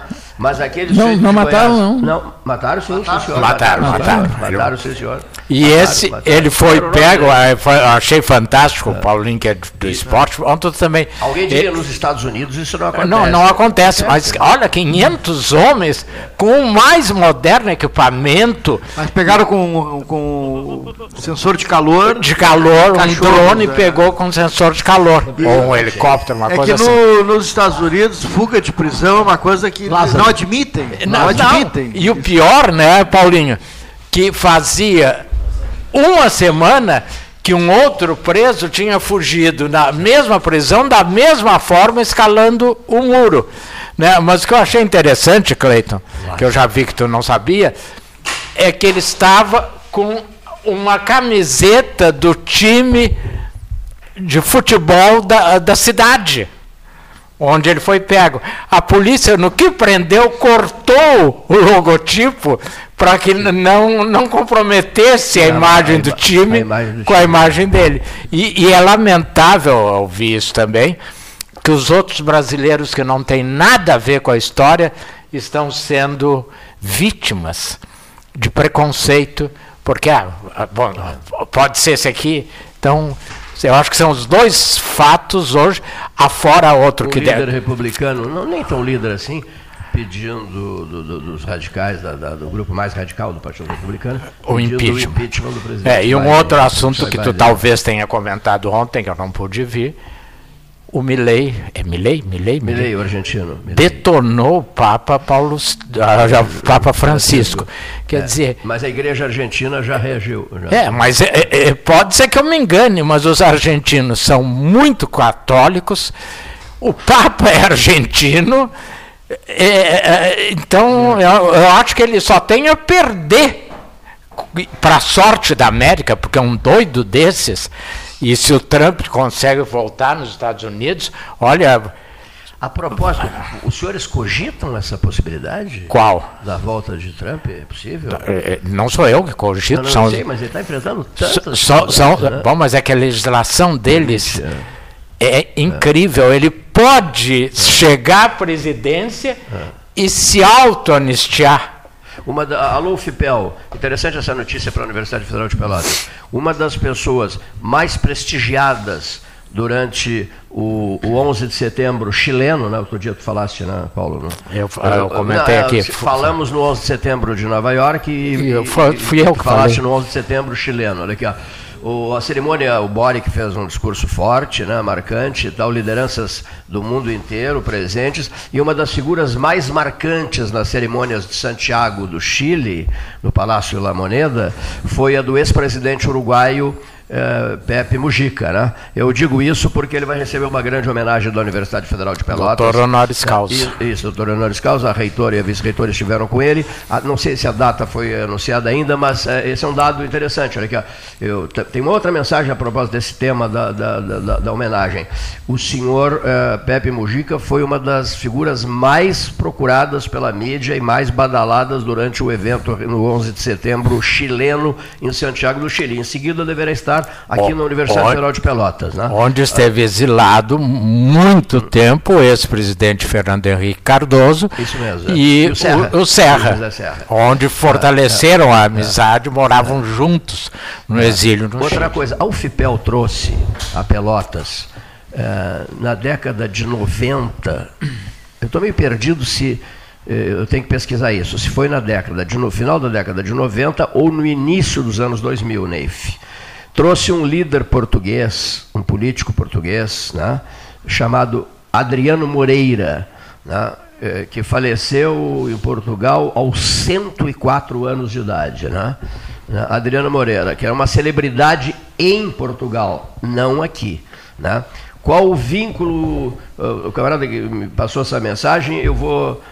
Mas aqueles não mataram, não. Não, mataram sim, senhor. Mataram, sim, senhor. E ele foi pego, achei fantástico, o Paulinho, que é do esporte, ontem também. Alguém diria nos Estados Unidos isso não acontece. Não acontece, mas olha, 500 homens com o mais moderno equipamento. Mas pegaram com sensor de calor. Um drone pegou com sensor de calor. Ou um helicóptero, uma coisa assim. Nos Estados Unidos, fuga de prisão é uma coisa que não admitem. Não admitem. E o pior, né, Paulinho, que fazia uma semana que um outro preso tinha fugido na mesma prisão, da mesma forma, escalando o muro. Né? Mas o que eu achei interessante, Cleiton, que eu já vi que tu não sabia, é que ele estava com uma camiseta do time de futebol da cidade, onde ele foi pego. A polícia, no que prendeu, cortou o logotipo para que não comprometesse a imagem do time com a imagem dele. E é lamentável ouvir isso também, que os outros brasileiros que não têm nada a ver com a história estão sendo vítimas de preconceito, porque, pode ser esse aqui. Então, eu acho que são os dois fatos hoje, afora outro que líder republicano, não nem tão líder assim, pedindo dos radicais, do grupo mais radical do Partido Republicano, o impeachment do presidente. E um outro assunto que tu talvez tenha comentado ontem, que eu não pude vir, o Milei, o argentino. Detonou o Papa Papa Francisco. Quer dizer... Mas a igreja argentina já reagiu. Mas pode ser que eu me engane, mas os argentinos são muito católicos, o Papa é argentino, então eu acho que ele só tem a perder para a sorte da América, porque é um doido desses. E se o Trump consegue voltar nos Estados Unidos, olha... A propósito, os senhores cogitam essa possibilidade? Qual? Da volta de Trump, é possível? Não sou eu que cogito. Não sei, mas ele está enfrentando tantas né? Bom, mas é que a legislação deles é incrível. Ele pode chegar à presidência e se auto-anistiar. Alô, FIPEL, interessante essa notícia para a Universidade Federal de Pelotas. Uma das pessoas mais prestigiadas durante o 11 de setembro chileno, né? Outro dia tu falaste, né, Paulo? Eu comentei aqui. Falamos no 11 de setembro de Nova York e fui eu que falaste falei. no 11 de setembro chileno. Olha aqui, ó. A cerimônia, o Boric fez um discurso forte, né, marcante, tal, lideranças do mundo inteiro presentes, e uma das figuras mais marcantes nas cerimônias de Santiago do Chile, no Palácio La Moneda, foi a do ex-presidente uruguaio Pepe Mujica, né? Eu digo isso porque ele vai receber uma grande homenagem da Universidade Federal de Pelotas. Doutor honoris causa. Isso, doutor honoris causa. A reitora e a vice-reitora estiveram com ele. Não sei se a data foi anunciada ainda, mas esse é um dado interessante. Olha aqui, ó. Tem uma outra mensagem a propósito desse tema da homenagem. O senhor Pepe Mujica foi uma das figuras mais procuradas pela mídia e mais badaladas durante o evento no 11 de setembro chileno em Santiago do Chile. Em seguida deverá estar aqui na Universidade Federal de Pelotas, né? Onde esteve exilado muito tempo o ex-presidente Fernando Henrique Cardoso. Isso mesmo, e o Serra, onde fortaleceram a amizade, moravam juntos no exílio. Outra coisa, a UFPEL trouxe a Pelotas na década de 90, eu estou meio perdido se... Eu tenho que pesquisar isso, se foi no final da década de 90 ou no início dos anos 2000, Neif. Trouxe um líder português, um político português, né, chamado Adriano Moreira, né, que faleceu em Portugal aos 104 anos de idade. Né? Adriano Moreira, que era uma celebridade em Portugal, não aqui. Né? Qual o vínculo? O camarada que me passou essa mensagem, eu vou...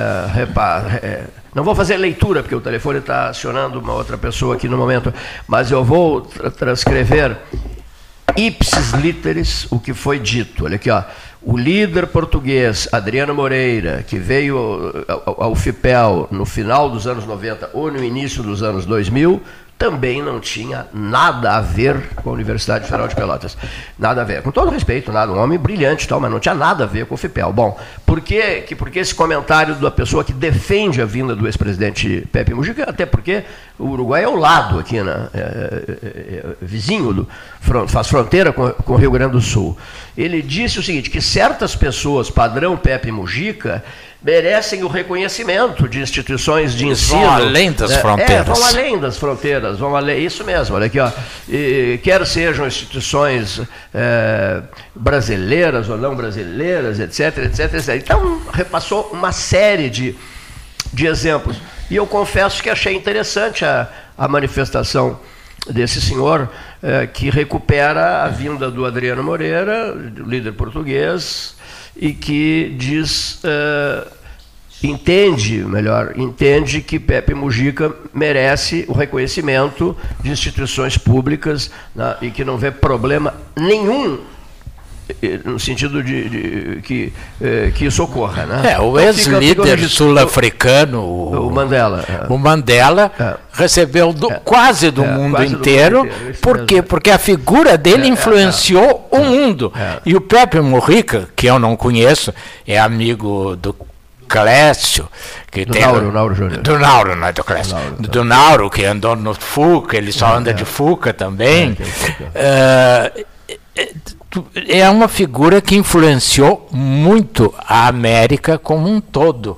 não vou fazer leitura, porque o telefone está acionando uma outra pessoa aqui no momento, mas eu vou transcrever ipsis literis o que foi dito. Olha aqui, ó. O líder português Adriano Moreira, que veio ao FIPEL no final dos anos 90 ou no início dos anos 2000, também não tinha nada a ver com a Universidade Federal de Pelotas. Nada a ver. Com todo respeito, um homem brilhante e tal, mas não tinha nada a ver com o FIPEL. Bom, por que esse comentário da pessoa que defende a vinda do ex-presidente Pepe Mujica? Até porque o Uruguai é ao lado aqui, né? Vizinho, faz fronteira com o Rio Grande do Sul. Ele disse o seguinte, que certas pessoas, padrão Pepe Mujica, merecem o reconhecimento de instituições de ensino. Vão além das fronteiras. Vão além das fronteiras, vão além, isso mesmo, olha aqui, ó, quer sejam instituições brasileiras ou não brasileiras, etc, etc, etc. Então, repassou uma série de exemplos. E eu confesso que achei interessante a manifestação desse senhor, que recupera a vinda do Adriano Moreira, líder português, e que entende que Pepe Mujica merece o reconhecimento de instituições públicas, né, e que não vê problema nenhum no sentido de que isso ocorra, né? O ex-líder sul-africano, o Mandela, recebeu quase do mundo inteiro. Por quê? Porque a figura dele influenciou o mundo. E o Pepe Mujica, que eu não conheço, é amigo do Clécio, que do Nauro Júnior. Do Nauro, não é do Clécio. Do Nauro, que andou no Fuca, ele só anda de Fuca também. É uma figura que influenciou muito a América como um todo.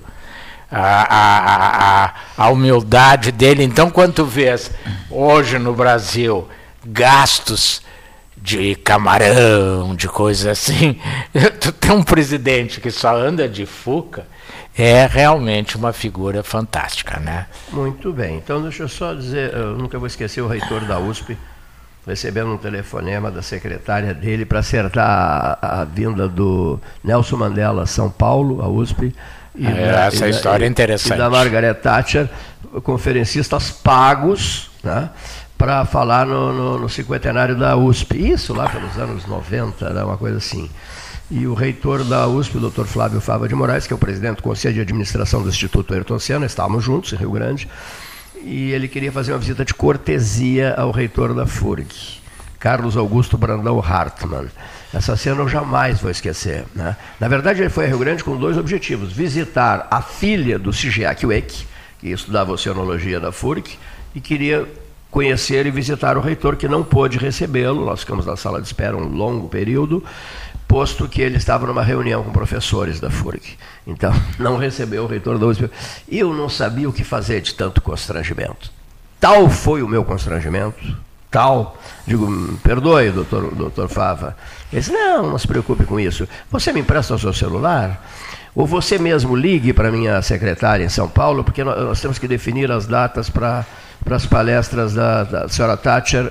A humildade dele. Então, quando tu vês hoje no Brasil gastos de camarão, de coisas assim, tu tem um presidente que só anda de Fuca, é realmente uma figura fantástica, né? Muito bem. Então, deixa eu só dizer, eu nunca vou esquecer o reitor da USP, recebendo um telefonema da secretária dele para acertar a vinda do Nelson Mandela a São Paulo, a USP. Essa história é interessante. E da Margaret Thatcher, conferencistas pagos, né, para falar no cinquentenário da USP. Isso lá pelos anos 90, né, uma coisa assim. E o reitor da USP, o Dr. Flávio Fava de Moraes, que é o presidente do Conselho de Administração do Instituto Ayrton Senna, estávamos juntos em Rio Grande, e ele queria fazer uma visita de cortesia ao reitor da FURG, Carlos Augusto Brandão Hartmann. Essa cena eu jamais vou esquecer, né? Na verdade, ele foi a Rio Grande com dois objetivos: visitar a filha do Shigeaki Ueki, que estudava oceanologia da FURG, e queria conhecer e visitar o reitor, que não pôde recebê-lo. Nós ficamos na sala de espera um longo período, posto que ele estava numa reunião com professores da FURG. Então, não recebeu o reitor da USP. E eu não sabia o que fazer de tanto constrangimento. Tal foi o meu constrangimento, digo, me perdoe, doutor Fava. Ele disse, não se preocupe com isso. Você me empresta o seu celular? Ou você mesmo ligue para a minha secretária em São Paulo, porque nós temos que definir as datas para as palestras da senhora Thatcher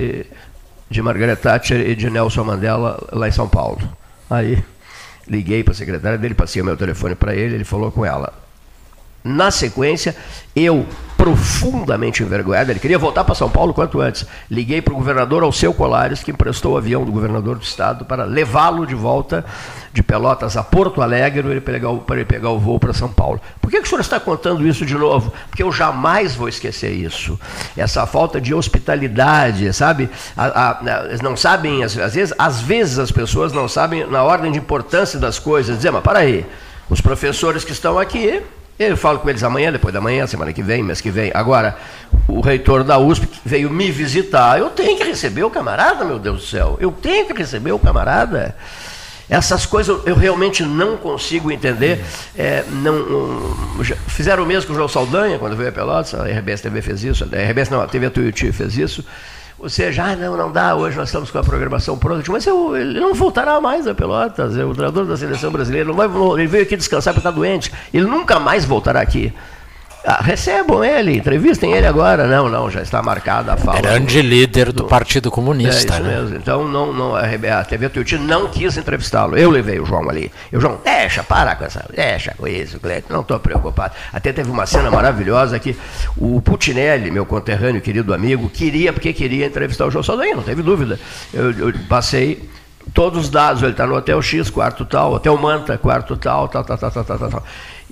de Margaret Thatcher e de Nelson Mandela lá em São Paulo. Aí liguei para a secretária dele, passei o meu telefone para ele falou com ela. Na sequência, eu, profundamente envergonhado, ele queria voltar para São Paulo quanto antes, liguei para o governador Alceu Colares, que emprestou o avião do governador do estado para levá-lo de volta de Pelotas a Porto Alegre para ele pegar o voo para São Paulo. Por que o senhor está contando isso de novo? Porque eu jamais vou esquecer isso. Essa falta de hospitalidade, sabe? Eles não sabem, às vezes as pessoas não sabem na ordem de importância das coisas. Dizer, mas para aí, os professores que estão aqui, eu falo com eles amanhã, depois da manhã, semana que vem, mês que vem. Agora, o reitor da USP veio me visitar. Eu tenho que receber o camarada, meu Deus do céu. Eu tenho que receber o camarada. Essas coisas eu realmente não consigo entender. Fizeram o mesmo com o João Saldanha, quando veio a Pelotas. A RBS TV fez isso. A RBS não, a TV Tuiuti fez isso. Ou seja, não dá, hoje nós estamos com a programação pronta. Mas ele não voltará mais a Pelotas, o treinador da seleção brasileira, ele veio aqui descansar porque está doente, ele nunca mais voltará aqui. Recebam ele, entrevistem ele agora. Não, já está marcada a fala. Grande líder do Partido Comunista. Isso mesmo. Então, a TV Tuiuti não quis entrevistá-lo. Eu levei o João ali. João, deixa com isso, Cleiton, não estou preocupado. Até teve uma cena maravilhosa que o Putinelli, meu conterrâneo, querido amigo, queria entrevistar o João Saldanha, não teve dúvida. Eu passei todos os dados, ele está no Hotel X, quarto tal, Hotel Manta, quarto tal.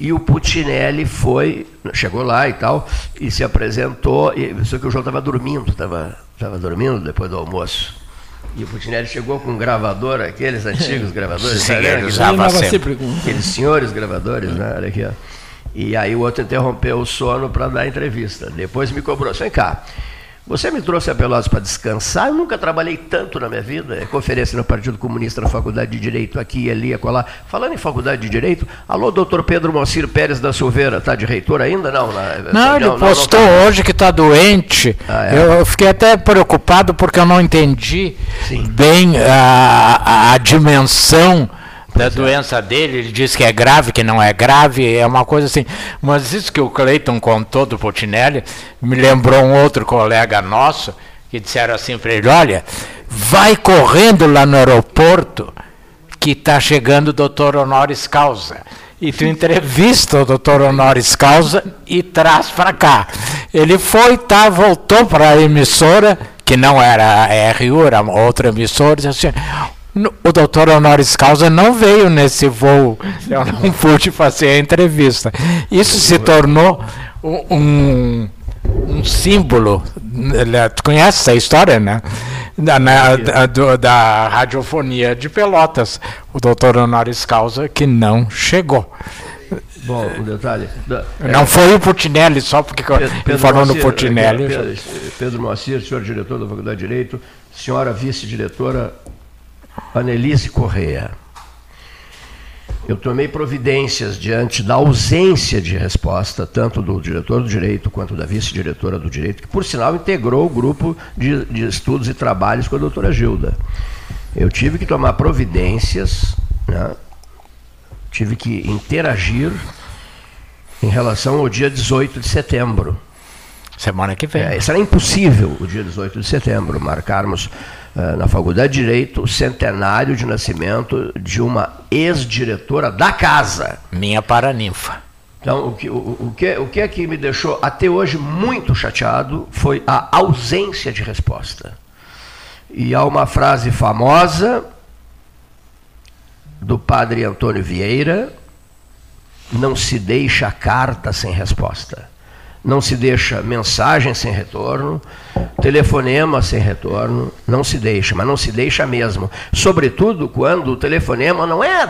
E o Puccinelli chegou lá e tal, e se apresentou, só que o João estava dormindo depois do almoço. E o Puccinelli chegou com um gravador, aqueles antigos gravadores, Sim, né? ele usava sempre. Aqueles senhores gravadores, né? Olha aqui, ó. E aí o outro interrompeu o sono para dar a entrevista. Depois me cobrou, vem cá, você me trouxe a Pelotas para descansar, eu nunca trabalhei tanto na minha vida, conferência no Partido Comunista, na Faculdade de Direito, aqui e ali, acolá. Falando em Faculdade de Direito, alô, doutor Pedro Moacir Pérez da Silveira, está de reitor ainda? Não, ele postou hoje que está doente. Eu fiquei até preocupado porque eu não entendi bem a dimensão da doença dele. Ele disse que é grave, que não é grave, é uma coisa assim. Mas isso que o Cleiton contou do Puccinelli me lembrou um outro colega nosso que disseram assim para ele: olha, vai correndo lá no aeroporto que está chegando o doutor honoris causa. E tu entrevista o doutor honoris causa e traz para cá. Ele foi, voltou para a emissora, que não era a RU, era outra emissora, e disse assim: o doutor honoris causa não veio nesse voo, eu não pude fazer a entrevista. Isso se tornou um símbolo. Tu conhece essa história, né? Da radiofonia de Pelotas. O doutor honoris causa que não chegou. Bom, um detalhe. Não foi o Puccinelli, só porque ele falou no Puccinelli. Pedro Moacir, senhor diretor da Faculdade de Direito, senhora vice-diretora Anelise Correia. Eu tomei providências diante da ausência de resposta, tanto do diretor do direito quanto da vice-diretora do direito, que, por sinal, integrou o grupo de estudos e trabalhos com a doutora Gilda. Eu tive que tomar providências, né? Tive que interagir em relação ao dia 18 de setembro. Semana que vem. Isso era impossível, o dia 18 de setembro, marcarmos na Faculdade de Direito o centenário de nascimento de uma ex-diretora da casa. Minha paraninfa. Então, o que é que me deixou até hoje muito chateado foi a ausência de resposta. E há uma frase famosa do padre Antônio Vieira: não se deixa carta sem resposta. Não se deixa mensagem sem retorno, telefonema sem retorno, não se deixa, mas não se deixa mesmo. Sobretudo quando o telefonema não é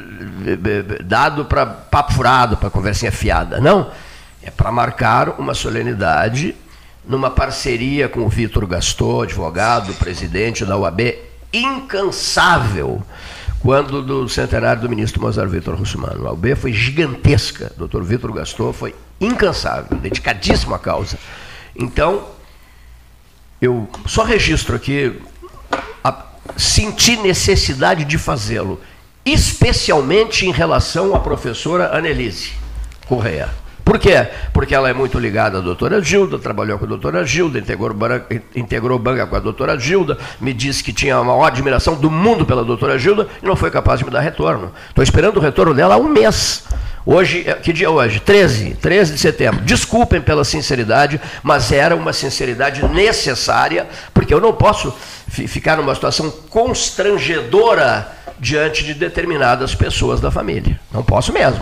dado para papo furado, para conversinha fiada, não. É para marcar uma solenidade numa parceria com o Vitor Gaston, advogado, presidente da UAB, incansável, quando do centenário do ministro Mozart Vitor Russumano. A UAB foi gigantesca, o Dr. Vitor Gaston foi incansável, dedicadíssimo à causa. Então, eu só registro aqui, senti necessidade de fazê-lo, especialmente em relação à professora Anelise Correia. Por quê? Porque ela é muito ligada à doutora Gilda, trabalhou com a doutora Gilda, integrou banca com a doutora Gilda, me disse que tinha uma maior admiração do mundo pela doutora Gilda e não foi capaz de me dar retorno. Estou esperando o retorno dela há um mês. Hoje, que dia é hoje? 13 de setembro. Desculpem pela sinceridade, mas era uma sinceridade necessária, porque eu não posso ficar numa situação constrangedora diante de determinadas pessoas da família. Não posso mesmo.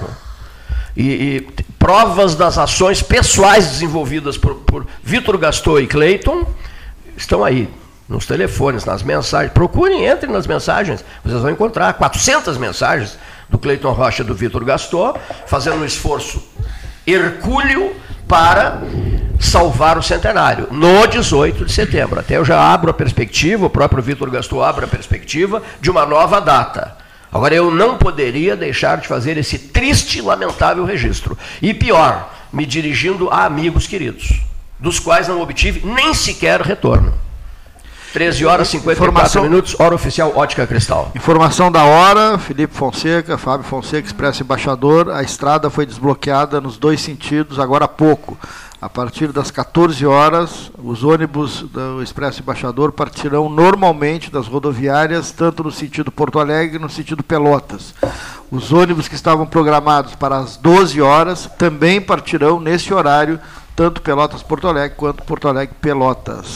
E provas das ações pessoais desenvolvidas por Vitor Gaston e Cleiton estão aí, nos telefones, nas mensagens. Procurem, entrem nas mensagens, vocês vão encontrar 400 mensagens do Cleiton Rocha e do Vitor Gaston, fazendo um esforço hercúleo para salvar o centenário, no 18 de setembro. Até eu já abro a perspectiva, o próprio Vitor Gaston abre a perspectiva de uma nova data. Agora, eu não poderia deixar de fazer esse triste e lamentável registro. E pior, me dirigindo a amigos queridos, dos quais não obtive nem sequer retorno. 13 horas e 54 minutos, hora oficial Ótica Cristal. Informação da hora, Felipe Fonseca, Fábio Fonseca, Expresso Embaixador. A estrada foi desbloqueada nos dois sentidos agora há pouco. A partir das 14 horas, os ônibus do Expresso Embaixador partirão normalmente das rodoviárias, tanto no sentido Porto Alegre e no sentido Pelotas. Os ônibus que estavam programados para as 12 horas também partirão nesse horário, tanto Pelotas-Porto Alegre quanto Porto Alegre-Pelotas.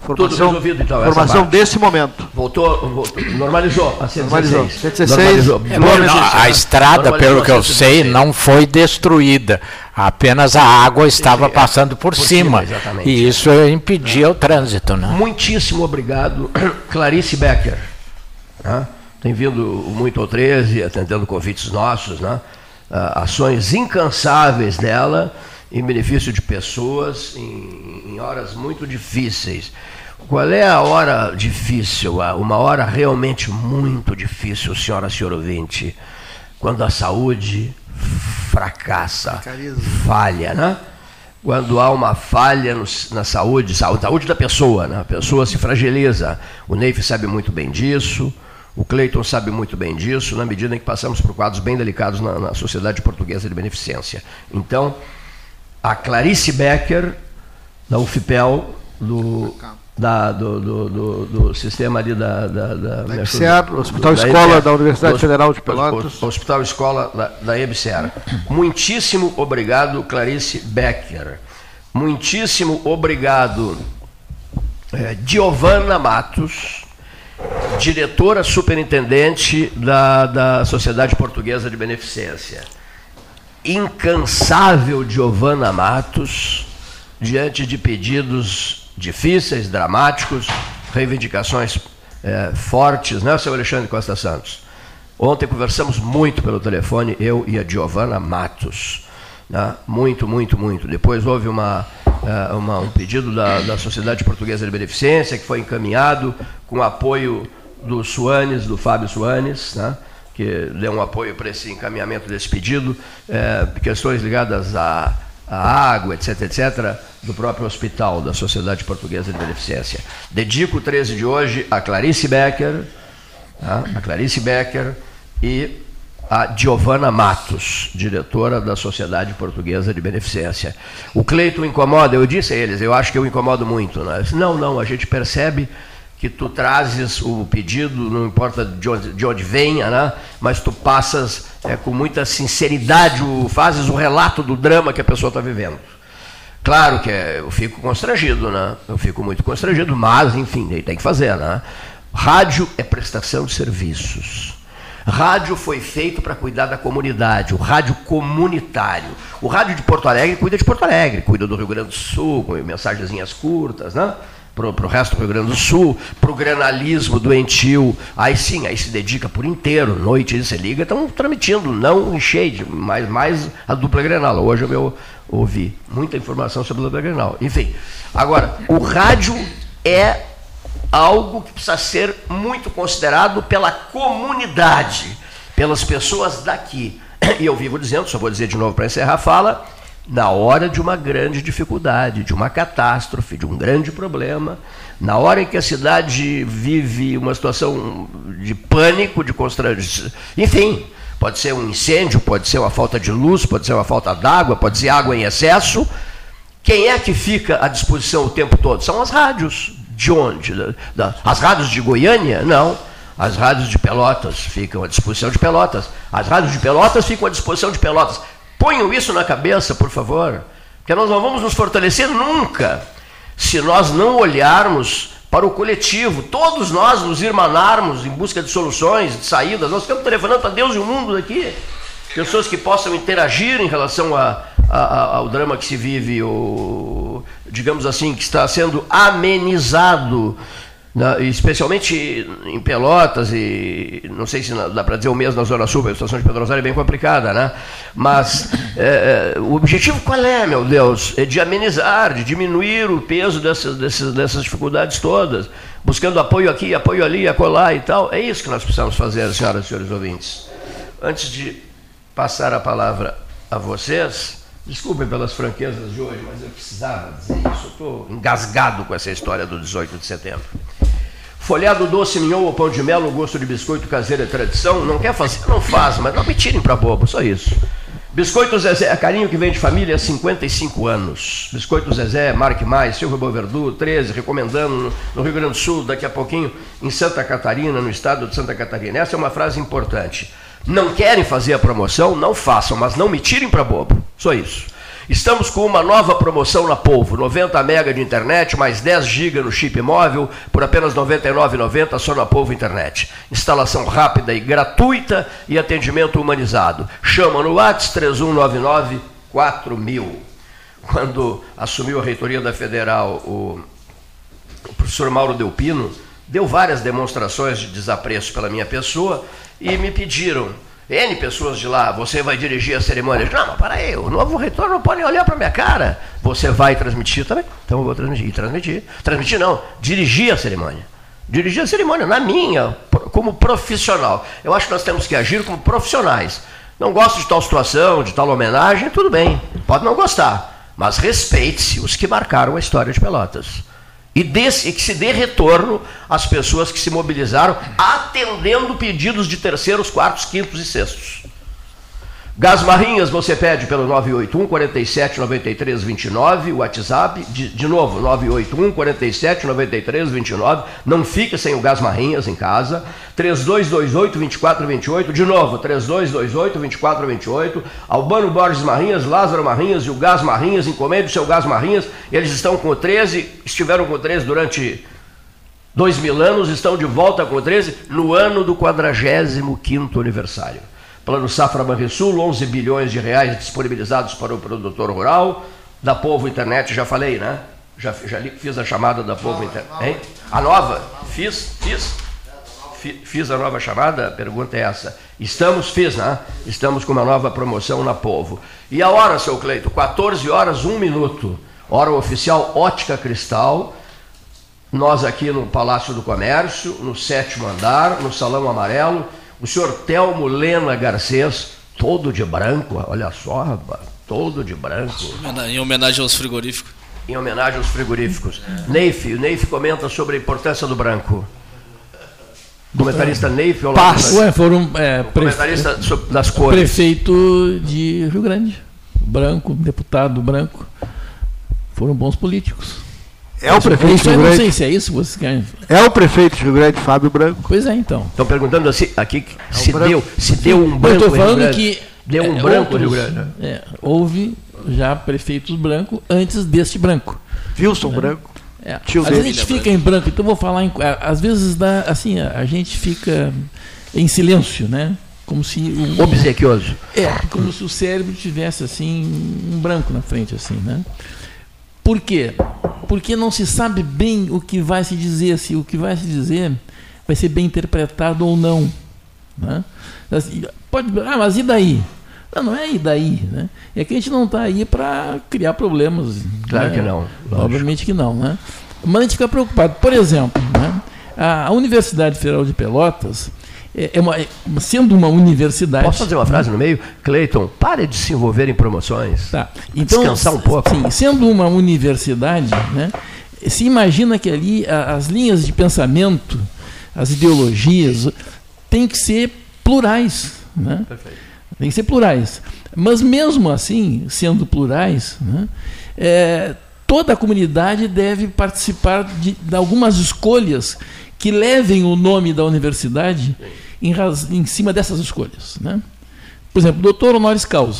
Informação, tudo resolvido, então, informação desse momento. Voltou, normalizou a 116. Normalizou. A estrada, pelo que eu sei, não foi destruída. Apenas a água estava passando por cima. Exatamente. E isso impedia o trânsito. Né? Muitíssimo obrigado, Clarice Becker. Né? Tem vindo muito ao 13, atendendo convites nossos, né? Ações incansáveis dela em benefício de pessoas em horas muito difíceis. Qual é a hora difícil? Uma hora realmente muito difícil, senhora ouvinte, quando a saúde fracassa, falha, né? Quando há uma falha na saúde da pessoa, né? A pessoa se fragiliza. O Neif sabe muito bem disso, o Cleiton sabe muito bem disso, na medida em que passamos por quadros bem delicados na Sociedade Portuguesa de Beneficência. Então, a Clarice Becker, da UFPEL, do sistema ali da EBSER, Hospital Escola da Universidade Federal de Pelotas. Hospital Escola da EBSER. Muitíssimo obrigado, Clarice Becker. Muitíssimo obrigado, Giovana Matos, diretora superintendente da Sociedade Portuguesa de Beneficência. Incansável Giovana Matos, diante de pedidos difíceis, dramáticos, reivindicações fortes, né, seu Alexandre Costa Santos? Ontem conversamos muito pelo telefone, eu e a Giovana Matos. Né? Muito, muito, muito. Depois houve um pedido da Sociedade Portuguesa de Beneficência, que foi encaminhado com apoio do Suanes, do Fábio Suanes, né? Que deu um apoio para esse encaminhamento desse pedido, questões ligadas à água, etc., do próprio hospital da Sociedade Portuguesa de Beneficência. Dedico o 13 de hoje a Clarice Becker, e a Giovana Matos, diretora da Sociedade Portuguesa de Beneficência. O Cleiton incomoda, eu disse a eles, eu acho que eu incomodo muito. Né? Não, a gente percebe que tu trazes o pedido, não importa de onde venha, né? Mas tu passas com muita sinceridade, fazes o relato do drama que a pessoa está vivendo. Claro que eu fico constrangido, né? Eu fico muito constrangido, mas, enfim, tem que fazer, né? Rádio é prestação de serviços. Rádio foi feito para cuidar da comunidade, o rádio comunitário. O rádio de Porto Alegre cuida de Porto Alegre, cuida do Rio Grande do Sul, com mensagenzinhas curtas, né? Para o resto do Rio Grande do Sul, para o granalismo doentio, aí sim, aí se dedica por inteiro, noite, você liga, estão transmitindo, não em shade, mas mais a dupla Grenal. Hoje eu ouvi muita informação sobre a dupla Grenal. Enfim, agora, o rádio é algo que precisa ser muito considerado pela comunidade, pelas pessoas daqui. E eu vivo dizendo, só vou dizer de novo para encerrar a fala, na hora de uma grande dificuldade, de uma catástrofe, de um grande problema, na hora em que a cidade vive uma situação de pânico, de constrangimento, enfim, pode ser um incêndio, pode ser uma falta de luz, pode ser uma falta d'água, pode ser água em excesso, quem é que fica à disposição o tempo todo? São as rádios. De onde? As rádios de Goiânia? Não. As rádios de Pelotas ficam à disposição de Pelotas. As rádios de Pelotas ficam à disposição de Pelotas. Ponham isso na cabeça, por favor, porque nós não vamos nos fortalecer nunca se nós não olharmos para o coletivo, todos nós nos irmanarmos em busca de soluções, de saídas. Nós ficamos telefonando para Deus e o mundo daqui, pessoas que possam interagir em relação ao drama que se vive, digamos assim, que está sendo amenizado, especialmente em Pelotas, e não sei se dá para dizer o mesmo na Zona Sul, a situação de Pedro Osório é bem complicada, né? Mas o objetivo qual é, meu Deus? É de amenizar, de diminuir o peso dessas dificuldades todas, buscando apoio aqui, apoio ali, acolá e tal. É isso que nós precisamos fazer, senhoras e senhores ouvintes. Antes de passar a palavra a vocês, desculpem pelas franquezas de hoje, mas eu precisava dizer isso. Eu estou engasgado com essa história do 18 de setembro. Folhado doce, mignon ou pão de mel, o gosto de biscoito caseiro é tradição. Não quer fazer? Não faz, mas não me tirem para bobo, só isso. Biscoito Zezé, carinho que vem de família há 55 anos. Biscoito Zezé, Marque Mais, Silvio Boverdu, 13, recomendando no Rio Grande do Sul, daqui a pouquinho em Santa Catarina, no estado de Santa Catarina. Essa é uma frase importante. Não querem fazer a promoção? Não façam, mas não me tirem para bobo. Só isso. Estamos com uma nova promoção na Polvo, 90 MB de internet, mais 10 GB no chip móvel, por apenas R$ 99,90 só na Polvo Internet. Instalação rápida e gratuita e atendimento humanizado. Chama no WhatsApp 3199-4000. Quando assumiu a reitoria da Federal, o professor Mauro Delpino deu várias demonstrações de desapreço pela minha pessoa e me pediram, N pessoas de lá, você vai dirigir a cerimônia? Eu disse, não, mas para aí, o novo reitor não pode olhar para a minha cara. Você vai transmitir também? Então eu vou transmitir. Transmitir não, dirigir a cerimônia. Dirigir a cerimônia na minha, como profissional. Eu acho que nós temos que agir como profissionais. Não gosto de tal situação, de tal homenagem, tudo bem, pode não gostar, mas respeite-se os que marcaram a história de Pelotas. E que se dê retorno às pessoas que se mobilizaram atendendo pedidos de terceiros, quartos, quintos e sextos. Gás Marrinhas você pede pelo 981-47-93-29, o WhatsApp, de novo, 981-47-93-29, não fique sem o Gás Marrinhas em casa, 3228-2428, de novo, 3228-2428, Albano Borges Marrinhas, Lázaro Marrinhas e o Gás Marrinhas, encomende o seu Gás Marrinhas, eles estão com o 13, estiveram com o 13 durante 2000 anos, estão de volta com o 13 no ano do 45º aniversário. Plano Safra Banrisul, 11 bilhões de reais disponibilizados para o produtor rural. Da Polvo Internet, já falei, né? Já fiz a chamada da Polvo Internet. Hein? A nova? Fiz a nova chamada? A pergunta é essa. Fiz, né? Estamos com uma nova promoção na Polvo. E a hora, seu Cleito? 14 horas, 1 minuto. Hora oficial Ótica Cristal. Nós aqui no Palácio do Comércio, no 7º andar, no Salão Amarelo. O senhor Telmo Lena Garcês, todo de branco, olha só, rapaz, todo de branco. Em homenagem aos frigoríficos. Em homenagem aos frigoríficos. Neif, o Neif comenta sobre a importância do branco. Comentarista Neif, comentarista das cores. Prefeito de Rio Grande, branco, deputado branco, foram bons políticos. É o prefeito de Rio Grande. Eu não sei se é isso que você quer. É o prefeito de Rio Grande, Fábio Branco. Pois é, então. Estão perguntando assim, aqui se deu um branco. Eu estou falando que deu um branco no Rio Grande. Houve já prefeitos brancos antes deste branco. Wilson Branco. Às vezes a gente fica em branco, então vou falar às vezes assim, a gente fica em silêncio, né? Como se obsequioso. Como se o cérebro tivesse assim um branco na frente, assim, né? Por quê? Porque não se sabe bem o que vai se dizer, se o que vai se dizer vai ser bem interpretado ou não. Né? Mas e daí? Não é e daí. Né? É que a gente não está aí para criar problemas. Claro, né? que não. Obviamente que não. Né? Mas a gente fica preocupado. Por exemplo, né? A Universidade Federal de Pelotas, sendo uma universidade... Posso fazer uma frase no meio? Cleiton, pare de se envolver em promoções. Tá. Então, descansar um pouco. Sim, sendo uma universidade, né, se imagina que ali as linhas de pensamento, as ideologias, têm que ser plurais. Né? Perfeito. Tem que ser plurais. Mas mesmo assim, sendo plurais, né, toda a comunidade deve participar de algumas escolhas que levem o nome da universidade em cima dessas escolhas. Né? Por exemplo, doutor honoris causa.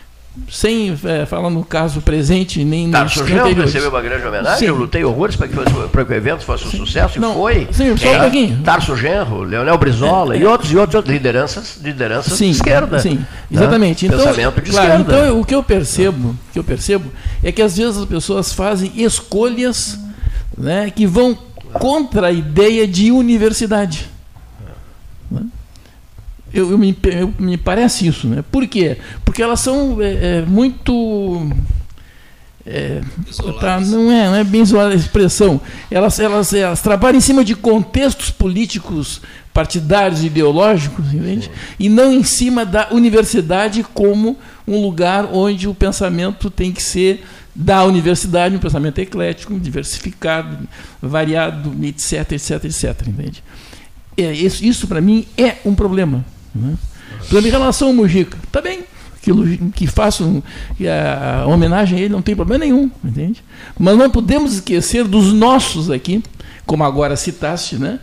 Sem falar no caso presente, nem no anterior. Recebeu uma grande homenagem, sim. Eu lutei horrores para que o evento fosse um sucesso, e foi. Sim, só um pouquinho. Tarso Genro, Leonel Brizola e outros lideranças sim, de esquerda. Sim, exatamente. Né? Pensamento de esquerda. Então, o que eu percebo é que às vezes as pessoas fazem escolhas, né, que vão contra a ideia de universidade. Me parece isso, né? Por quê? Porque elas são muito... não é bem isolada a expressão. Elas trabalham em cima de contextos políticos, partidários, ideológicos, entende? E não em cima da universidade como um lugar onde o pensamento tem que ser da universidade, um pensamento eclético, diversificado, variado, etc, entende? Isso para mim é um problema. Né? Em relação ao Mujica, está bem, que façam a homenagem a ele, não tem problema nenhum, entende? Mas não podemos esquecer dos nossos aqui, como agora citaste, né?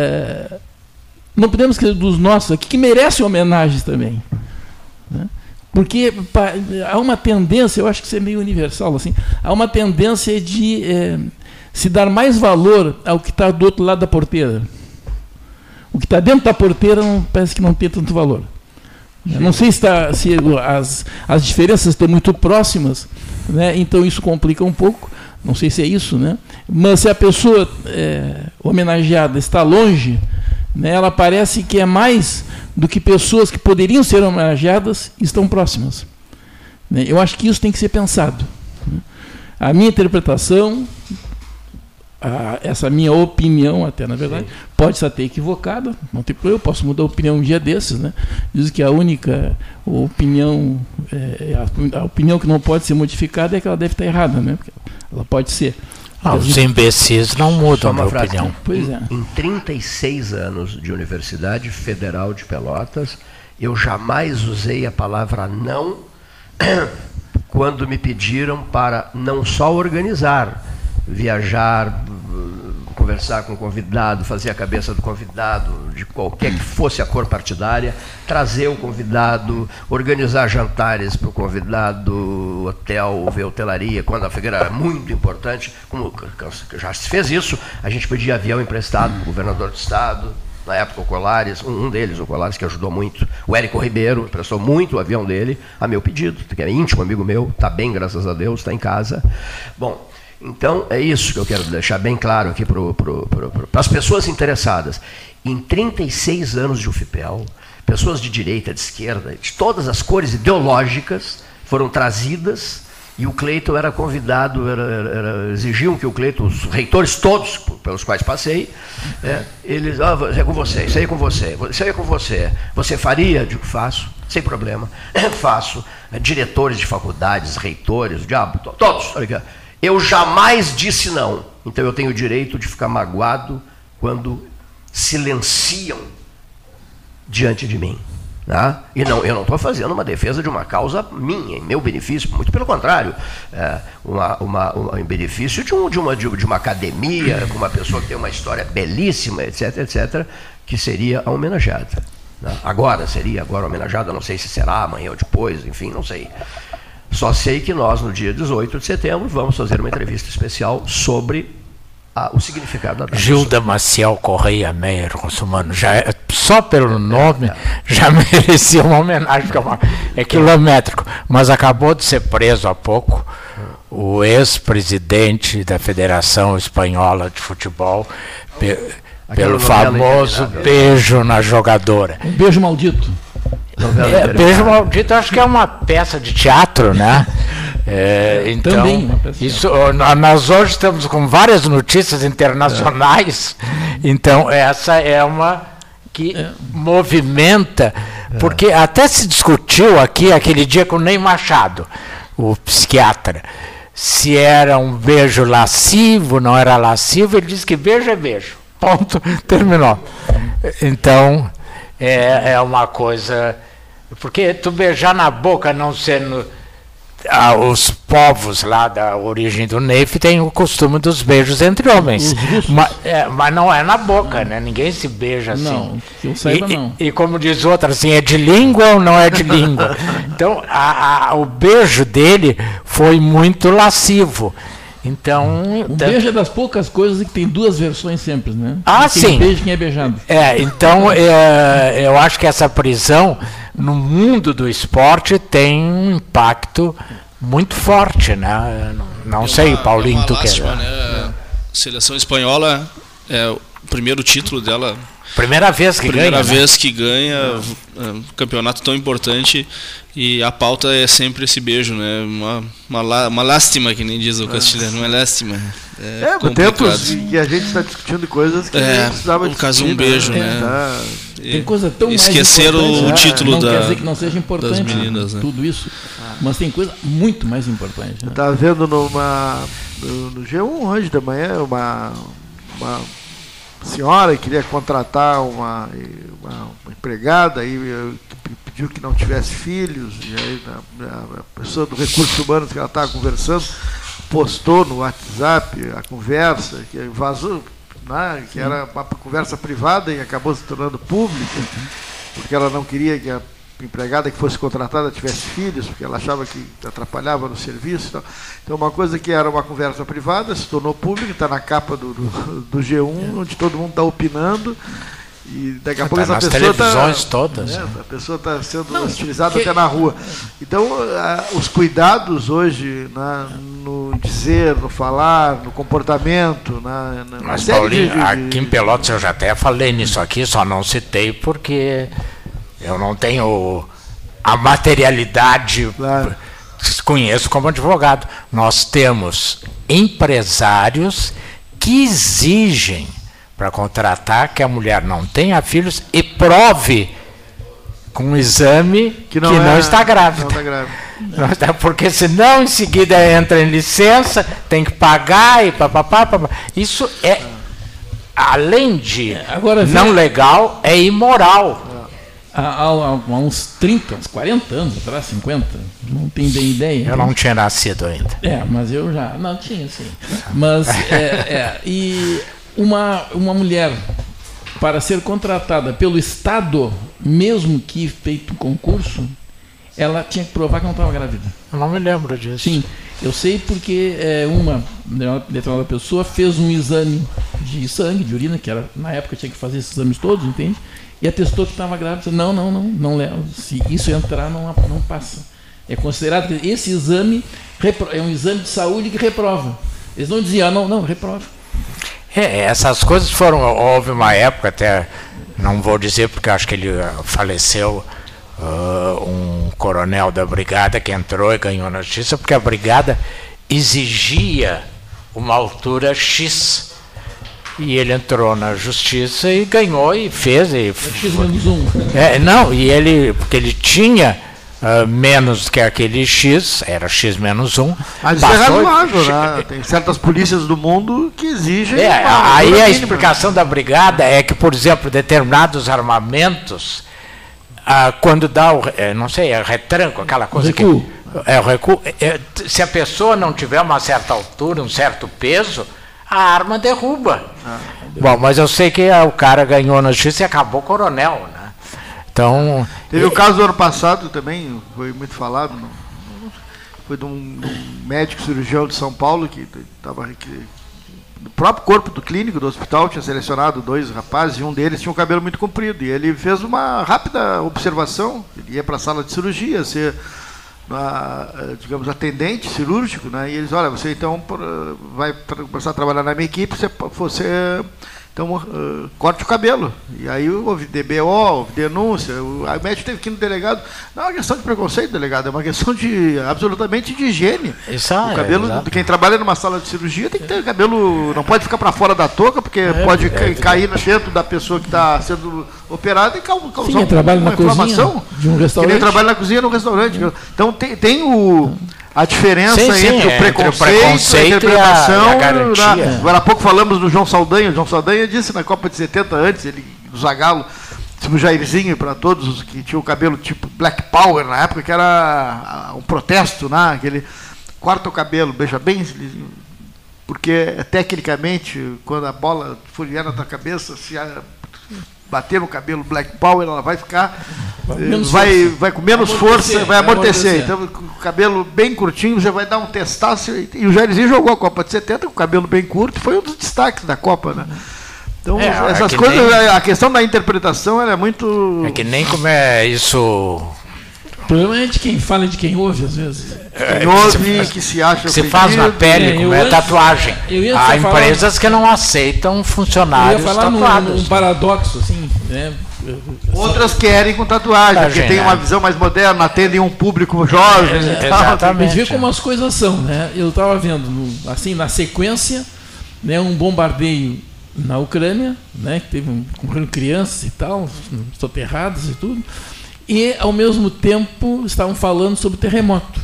Não podemos esquecer dos nossos aqui, que merecem homenagens também. Né? Porque há uma tendência, eu acho que isso é meio universal, assim, há uma tendência de se dar mais valor ao que está do outro lado da porteira. O que está dentro da porteira parece que não tem tanto valor. Não sei se as diferenças estão muito próximas, né? Então isso complica um pouco, não sei se é isso, né? Mas se a pessoa homenageada está longe, né, ela parece que é mais do que pessoas que poderiam ser homenageadas estão próximas. Né? Eu acho que isso tem que ser pensado. Né? A minha interpretação, essa minha opinião, até na verdade, pode estar até equivocada, não tem problema, eu posso mudar a opinião um dia desses. Né? Diz que a única opinião, a opinião que não pode ser modificada é que ela deve estar errada, né? Porque ela pode ser. Os imbecis não mudam a opinião. Pois é. Em 36 anos de Universidade Federal de Pelotas, eu jamais usei a palavra não quando me pediram para não só organizar, viajar, conversar com o convidado, fazer a cabeça do convidado, de qualquer que fosse a cor partidária, trazer o convidado, organizar jantares para o convidado, hotel, ver hotelaria, quando a Figueira era muito importante, como já se fez isso, a gente pedia avião emprestado para o governador do estado, na época o Colares, um deles, o Colares, que ajudou muito, o Érico Ribeiro, prestou muito o avião dele, a meu pedido, que é íntimo amigo meu, está bem, graças a Deus, está em casa. Bom, então, é isso que eu quero deixar bem claro aqui para as pessoas interessadas. Em 36 anos de UFPEL, pessoas de direita, de esquerda, de todas as cores ideológicas foram trazidas e o Cleiton era convidado, exigiam que o Cleiton, os reitores todos pelos quais passei, eles, é com você, isso aí é com você, isso aí é com você. Você faria? Eu digo, faço, sem problema, faço. Diretores de faculdades, reitores, o diabo, todos, eu jamais disse não. Então eu tenho o direito de ficar magoado quando silenciam diante de mim. Tá? E não, eu não estou fazendo uma defesa de uma causa minha, em meu benefício, muito pelo contrário. Em benefício de uma academia, com uma pessoa que tem uma história belíssima, etc., etc., que seria a homenageada. Tá? Agora homenageada, não sei se será amanhã ou depois, enfim, não sei. Só sei que nós, no dia 18 de setembro, vamos fazer uma entrevista especial sobre o significado da data. Gilda Maciel Correia Meyer Russumano, só pelo nome, já merecia uma homenagem, porque é quilométrico, mas acabou de ser preso há pouco o ex-presidente da Federação Espanhola de Futebol, pelo famoso beijo na jogadora. Um beijo maldito. Beijo Maldito, acho que é uma peça de teatro, né? Então, também uma peça de teatro. Nós hoje estamos com várias notícias internacionais, então essa é uma que movimenta, porque até se discutiu aqui aquele dia com o Ney Machado, o psiquiatra, se era um beijo lascivo, não era lascivo, ele disse que beijo é beijo, ponto, terminou. Então é uma coisa, porque tu beijar na boca, não sendo os povos lá da origem do Neif têm o costume dos beijos entre homens, mas não é na boca, né? Ninguém se beija assim. Não, que eu saiba não. E como diz outra, assim, é de língua ou não é de língua? Então o beijo dele foi muito lascivo. Então, o beijo é das poucas coisas que tem duas versões sempre, né? Sim. Beijo quem é beijado. Então eu acho que essa prisão no mundo do esporte tem um impacto muito forte, né? Não sei, Paulinho, tu quer? Né? A seleção espanhola é o primeiro título dela. Primeira vez que ganha um campeonato tão importante, e a pauta é sempre esse beijo, né? Uma lástima, que nem diz o castelhano, uma lástima. Tempos que a gente está discutindo coisas que nem precisava discutir. Caso um beijo, né? Tem coisa tão esqueceram mais o título não quer dizer que não seja importante, das meninas, né? Tudo isso, mas tem coisa muito mais importante. Né? Eu estava vendo no G1 hoje da manhã uma senhora que queria contratar uma empregada e pediu que não tivesse filhos, e aí a pessoa do Recursos Humanos que ela estava conversando postou no WhatsApp a conversa, que vazou, né, que era uma conversa privada e acabou se tornando pública, porque ela não queria que a empregada que fosse contratada tivesse filhos, porque ela achava que atrapalhava no serviço e tal. Então, uma coisa que era uma conversa privada se tornou pública, está na capa do G1, onde todo mundo está opinando. E daqui a pouco essa pessoa televisões todas. A pessoa está sendo hostilizada até na rua. Então, os cuidados hoje, no dizer, no falar, no comportamento, mas, Paulinho, aqui em Pelotas eu já até falei nisso aqui, só não citei porque eu não tenho a materialidade, claro. Conheço como advogado. Nós temos empresários que exigem para contratar que a mulher não tenha filhos e prove com um exame que não está grávida. Não está grávida. Porque senão em seguida entra em licença, tem que pagar e papapá. Isso é, além de não legal, é imoral. Há uns 30, uns 40 anos atrás, 50, não tenho bem ideia. Eu não tinha nascido ainda. Mas eu já. Não, tinha sim. Mas, e uma mulher, para ser contratada pelo Estado, mesmo que feito um concurso, ela tinha que provar que não estava grávida. Eu não me lembro disso. Sim, eu sei porque uma determinada pessoa fez um exame de sangue, de urina, que era, na época tinha que fazer esses exames todos, entende? E atestou que estava grávida. Não leva. Se isso entrar, não passa. É considerado que esse exame é um exame de saúde que reprova. Eles não diziam, não, reprova. Essas coisas foram. Houve uma época, até não vou dizer porque acho que ele faleceu, um coronel da brigada que entrou e ganhou na justiça, porque a brigada exigia uma altura X. E ele entrou na justiça e ganhou e fez. X-1. Porque ele tinha menos que aquele X, era X-1. Mas isso é razoável, né? Tem certas polícias do mundo que exigem. Aí a explicação da brigada é que, por exemplo, determinados armamentos, quando dá o retranco, aquela coisa recuo. O recuo. Se a pessoa não tiver uma certa altura, um certo peso, a arma derruba. Bom, mas eu sei que o cara ganhou na justiça e acabou coronel, né? Então, teve o caso do ano passado também, foi muito falado, foi de um médico cirurgião de São Paulo que estava do próprio corpo do clínico do hospital tinha selecionado 2 rapazes e um deles tinha um cabelo muito comprido e ele fez uma rápida observação. Ele ia para a sala de cirurgia ser, digamos, atendente cirúrgico, né? E eles, olha, você então vai começar a trabalhar na minha equipe, você então corte o cabelo. E aí houve DBO, houve denúncia, o médico teve que ir no delegado. Não é uma questão de preconceito, delegado, é uma questão absolutamente de higiene. O cabelo de quem trabalha numa sala de cirurgia tem que ter cabelo, não pode ficar para fora da touca, porque pode cair dentro da pessoa que está sendo operada e causar uma inflamação. De um restaurante. Que nem trabalha na cozinha no restaurante. Então tem a diferença entre o preconceito, a interpretação. E a garantia. Agora há pouco falamos do João Saldanha. O João Saldanha disse na Copa de 70, antes, do Zagallo, o Jairzinho, para todos os que tinham o cabelo tipo Black Power na época, que era um protesto, né? Aquele corta o cabelo, beija bem, porque tecnicamente, quando a bola for vier na tua cabeça, se bater no cabelo Black Power, ela vai ficar vai com menos força, vai amortecer. Então, com o cabelo bem curtinho, você vai dar um testaço. E o Jairzinho jogou a Copa de 70 com o cabelo bem curto, foi um dos destaques da Copa, né? Então, essas coisas, a questão da interpretação ela é muito. É que nem como é isso. O problema é de quem fala e de quem ouve, às vezes. Quem ouve, que se acha se faz na pele, como é tatuagem. Há empresas que não aceitam funcionários tatuados. Eu ia falar num paradoxo, assim, né? Outras querem com tatuagem, porque tem uma visão mais moderna, atendem um público jovem. Exatamente. A gente vê como as coisas são, né? Eu estava vendo, assim, na sequência, né, um bombardeio na Ucrânia, né, que morreram crianças e tal, soterradas e tudo. E, ao mesmo tempo, estavam falando sobre terremoto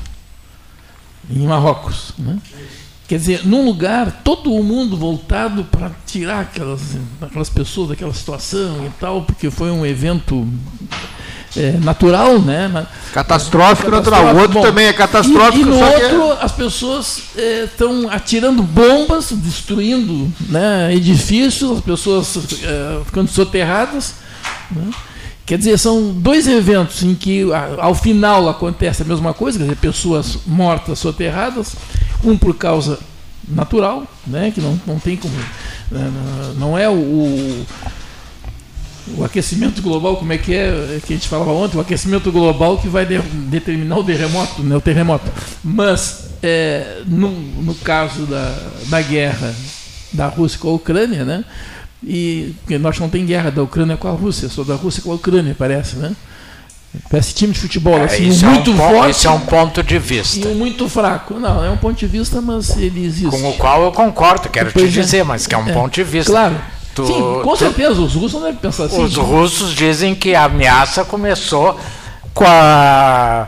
em Marrocos. Né? Quer dizer, num lugar, todo o mundo voltado para tirar aquelas pessoas daquela situação e tal, porque foi um evento natural, né? Catastrófico natural. O outro também é catastrófico. E no outro, as pessoas estão atirando bombas, destruindo, né, edifícios, as pessoas ficando soterradas. Né? Quer dizer, são dois eventos em que ao final acontece a mesma coisa, quer dizer, pessoas mortas soterradas, um por causa natural, né, que não tem como, não é o aquecimento global, como é que a gente falava ontem, o aquecimento global que vai determinar o terremoto, né, mas no caso da guerra da Rússia com a Ucrânia, né, e nós não tem guerra da Ucrânia com a Rússia, só da Rússia com a Ucrânia, parece, né? Parece time de futebol, assim, muito forte. Esse é um ponto de vista. E um muito fraco. Não, é um ponto de vista, mas ele existe. Com o qual eu concordo, quero te dizer, mas que é um ponto de vista. Claro. Sim, com certeza, os russos não devem pensar assim. Os russos dizem que a ameaça começou com a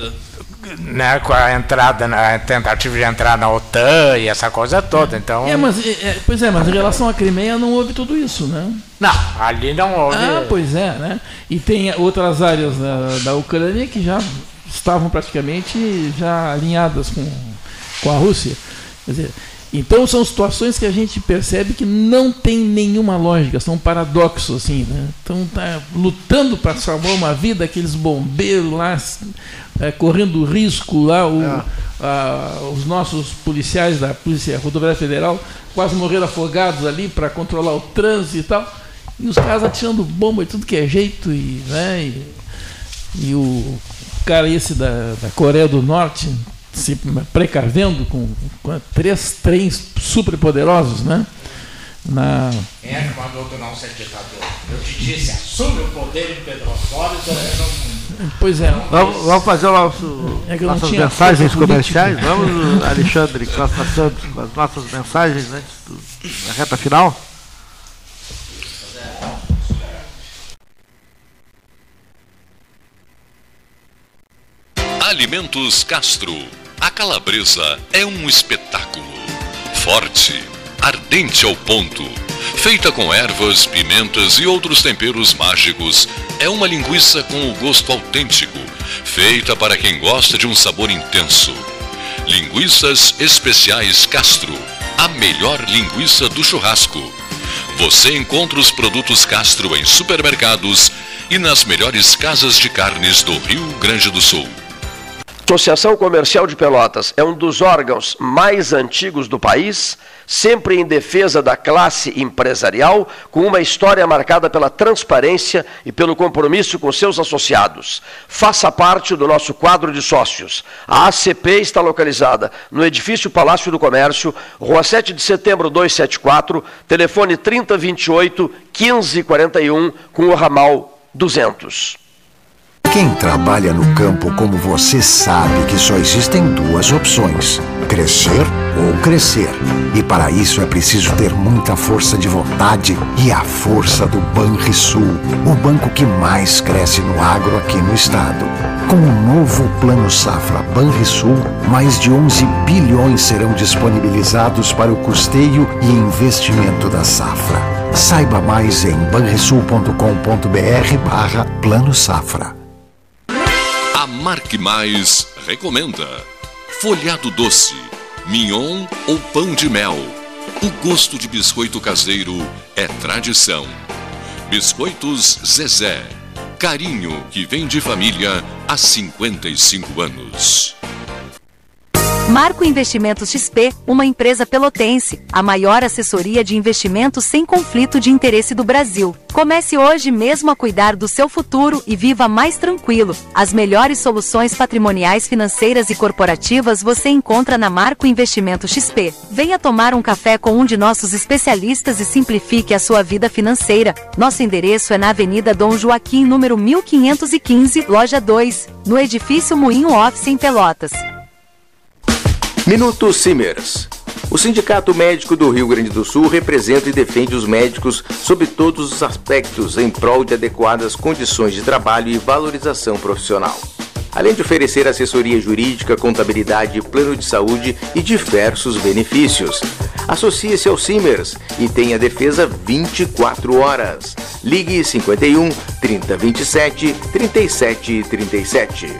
entrada, a tentativa de entrar na OTAN e essa coisa toda. Então... mas em relação à Crimeia não houve tudo isso, né? Não, ali não houve. Pois é, né? E tem outras áreas da Ucrânia que já estavam praticamente já alinhadas com a Rússia. Quer dizer, então são situações que a gente percebe que não tem nenhuma lógica, são paradoxos, assim, né? Então tá lutando para salvar uma vida, aqueles bombeiros lá, correndo risco lá, os nossos policiais da Polícia Rodoviária Federal quase morreram afogados ali para controlar o trânsito e tal, e os caras atirando bomba de tudo que é jeito, e o cara esse da Coreia do Norte se precavendo com 3 trens super poderosos, né? Mandou tu não ser ditador. Eu te disse, assume o poder em Pedro Osório. Pois é. Vamos fazer nossas mensagens comerciais. Vamos, Alexandre Costa Santos, com as nossas mensagens antes da reta final. Alimentos Castro. A calabresa é um espetáculo. Forte, ardente ao ponto. Feita com ervas, pimentas e outros temperos mágicos, é uma linguiça com o gosto autêntico, feita para quem gosta de um sabor intenso. Linguiças Especiais Castro, a melhor linguiça do churrasco. Você encontra os produtos Castro em supermercados e nas melhores casas de carnes do Rio Grande do Sul. Associação Comercial de Pelotas é um dos órgãos mais antigos do país, sempre em defesa da classe empresarial, com uma história marcada pela transparência e pelo compromisso com seus associados. Faça parte do nosso quadro de sócios. A ACP está localizada no edifício Palácio do Comércio, Rua 7 de Setembro 274, telefone 3028-1541, com o ramal 200. Quem trabalha no campo como você sabe que só existem 2 opções: crescer ou crescer. E para isso é preciso ter muita força de vontade e a força do Banrisul, o banco que mais cresce no agro aqui no estado. Com o novo Plano Safra Banrisul, mais de 11 bilhões serão disponibilizados para o custeio e investimento da safra. Saiba mais em banrisul.com.br/Plano Safra. A Marque Mais recomenda folhado doce, mignon ou pão de mel. O gosto de biscoito caseiro é tradição. Biscoitos Zezé, carinho que vem de família há 55 anos. Marco Investimentos XP, uma empresa pelotense, a maior assessoria de investimentos sem conflito de interesse do Brasil. Comece hoje mesmo a cuidar do seu futuro e viva mais tranquilo. As melhores soluções patrimoniais, financeiras e corporativas você encontra na Marco Investimentos XP. Venha tomar um café com um de nossos especialistas e simplifique a sua vida financeira. Nosso endereço é na Avenida Dom Joaquim, número 1515, loja 2, no edifício Moinho Office em Pelotas. Minuto Simers. O Sindicato Médico do Rio Grande do Sul representa e defende os médicos sob todos os aspectos em prol de adequadas condições de trabalho e valorização profissional. Além de oferecer assessoria jurídica, contabilidade, plano de saúde e diversos benefícios. Associe-se ao Simers e tenha defesa 24 horas. Ligue 51 3027 3737.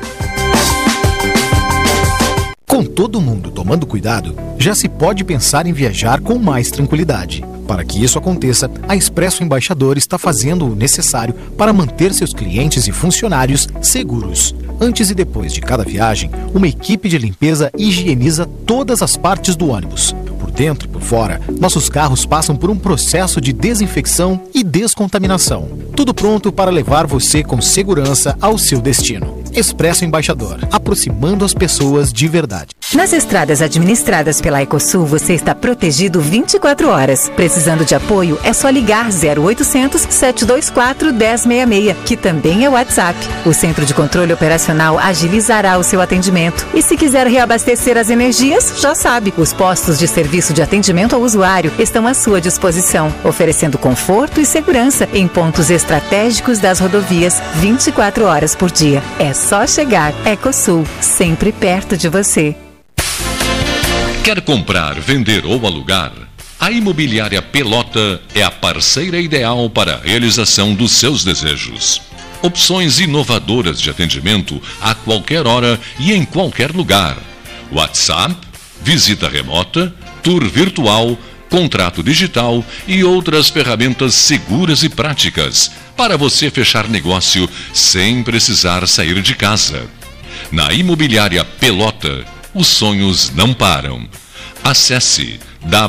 Com todo mundo tomando cuidado, já se pode pensar em viajar com mais tranquilidade. Para que isso aconteça, a Expresso Embaixador está fazendo o necessário para manter seus clientes e funcionários seguros. Antes e depois de cada viagem, uma equipe de limpeza higieniza todas as partes do ônibus. Por dentro e por fora, nossos carros passam por um processo de desinfecção e descontaminação. Tudo pronto para levar você com segurança ao seu destino. Expresso Embaixador, aproximando as pessoas de verdade. Nas estradas administradas pela Ecosul, você está protegido 24 horas. Precisando de apoio, é só ligar 0800 724 1066, que também é WhatsApp. O Centro de Controle Operacional agilizará o seu atendimento. E se quiser reabastecer as energias, já sabe, os postos de serviço de atendimento ao usuário estão à sua disposição, oferecendo conforto e segurança em pontos estratégicos das rodovias 24 horas por dia. É só chegar. Ecosul, sempre perto de você. Quer comprar, vender ou alugar? A Imobiliária Pelota é a parceira ideal para a realização dos seus desejos. Opções inovadoras de atendimento a qualquer hora e em qualquer lugar. WhatsApp, visita remota, tour virtual, contrato digital e outras ferramentas seguras e práticas para você fechar negócio sem precisar sair de casa. Na Imobiliária Pelota, os sonhos não param. Acesse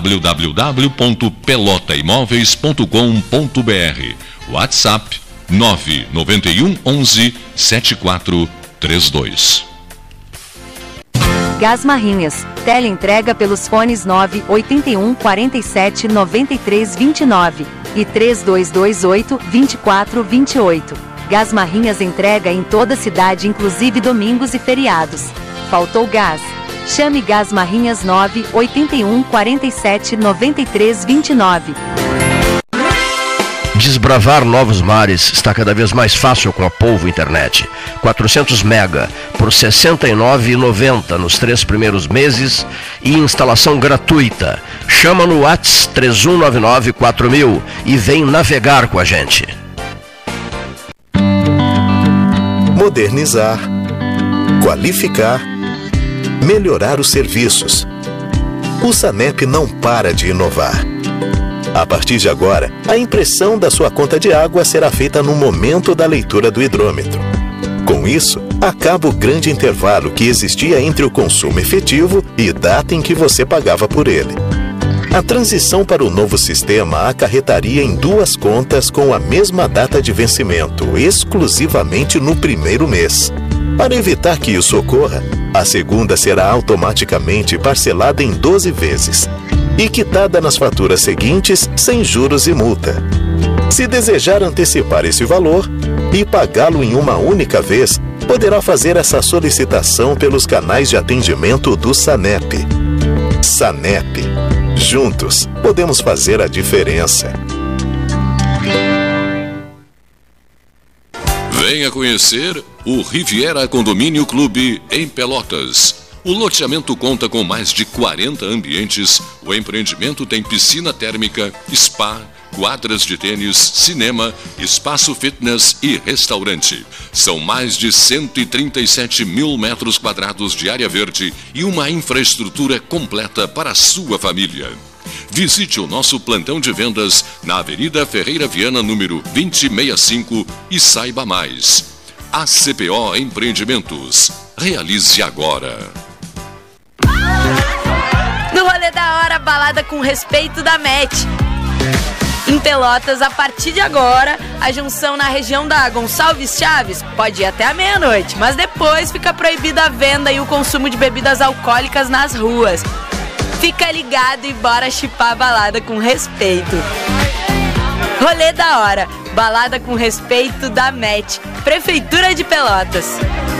www.pelotaimoveis.com.br. WhatsApp 991 11 7432. Gás Marrinhas. Teleentrega pelos fones 981 47 93 29 e 3228 24 28. Gás Marrinhas entrega em toda a cidade, inclusive domingos e feriados. Faltou gás? Chame Gás Marrinhas 981 47 93 29. Desbravar novos mares está cada vez mais fácil com a Polvo Internet. 400 mega por R$ 69,90 nos 3 primeiros meses e instalação gratuita. Chama no WhatsApp 3199-4000 e vem navegar com a gente. Modernizar, qualificar, melhorar os serviços. O SANEP não para de inovar. A partir de agora, a impressão da sua conta de água será feita no momento da leitura do hidrômetro. Com isso, acaba o grande intervalo que existia entre o consumo efetivo e data em que você pagava por ele. A transição para o novo sistema acarretaria em 2 contas com a mesma data de vencimento, exclusivamente no primeiro mês. Para evitar que isso ocorra, a segunda será automaticamente parcelada em 12 vezes e quitada nas faturas seguintes sem juros e multa. Se desejar antecipar esse valor e pagá-lo em uma única vez, poderá fazer essa solicitação pelos canais de atendimento do SANEP. SANEP. Juntos, podemos fazer a diferença. Venha conhecer o Riviera Condomínio Clube em Pelotas. O loteamento conta com mais de 40 ambientes. O empreendimento tem piscina térmica, spa, quadras de tênis, cinema, espaço fitness e restaurante. São mais de 137 mil metros quadrados de área verde e uma infraestrutura completa para a sua família. Visite o nosso plantão de vendas na Avenida Ferreira Viana, número 2065 e saiba mais. ACPO Empreendimentos. Realize agora. No Rolê da Hora, balada com respeito da MET. Em Pelotas, a partir de agora, a junção na região da Gonçalves Chaves pode ir até a meia-noite, mas depois fica proibida a venda e o consumo de bebidas alcoólicas nas ruas. Fica ligado e bora chipar a balada com respeito. Rolê da Hora, balada com respeito da MET, Prefeitura de Pelotas.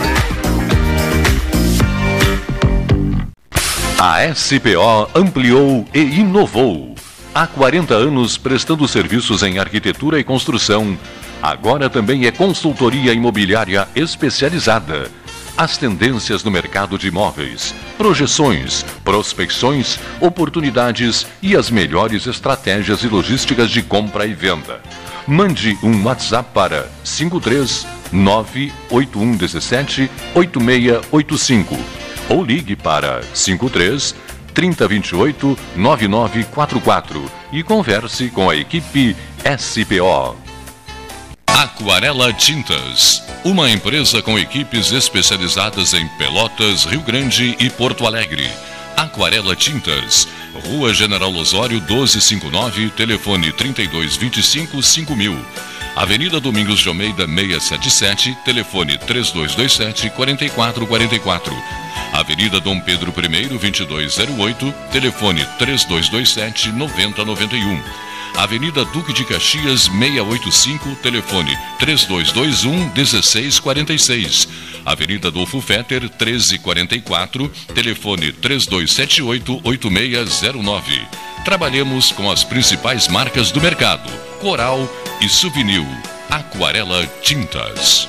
A SPO ampliou e inovou. Há 40 anos prestando serviços em arquitetura e construção. Agora também é consultoria imobiliária especializada. As tendências no mercado de imóveis, projeções, prospecções, oportunidades e as melhores estratégias e logísticas de compra e venda. Mande um WhatsApp para 53 98117 8685 ou ligue para 53 3028 9944 e converse com a equipe SPO. Aquarela Tintas, uma empresa com equipes especializadas em Pelotas, Rio Grande e Porto Alegre. Aquarela Tintas, Rua General Osório 1259, telefone 3225-5000. Avenida Domingos de Almeida 677, telefone 3227-4444. Avenida Dom Pedro I 2208, telefone 3227-9091. Avenida Duque de Caxias 685, telefone 3221-1646. Avenida Adolfo Fetter 1344, telefone 3278-8609. Trabalhamos com as principais marcas do mercado: Coral e Souvenir. Aquarela Tintas.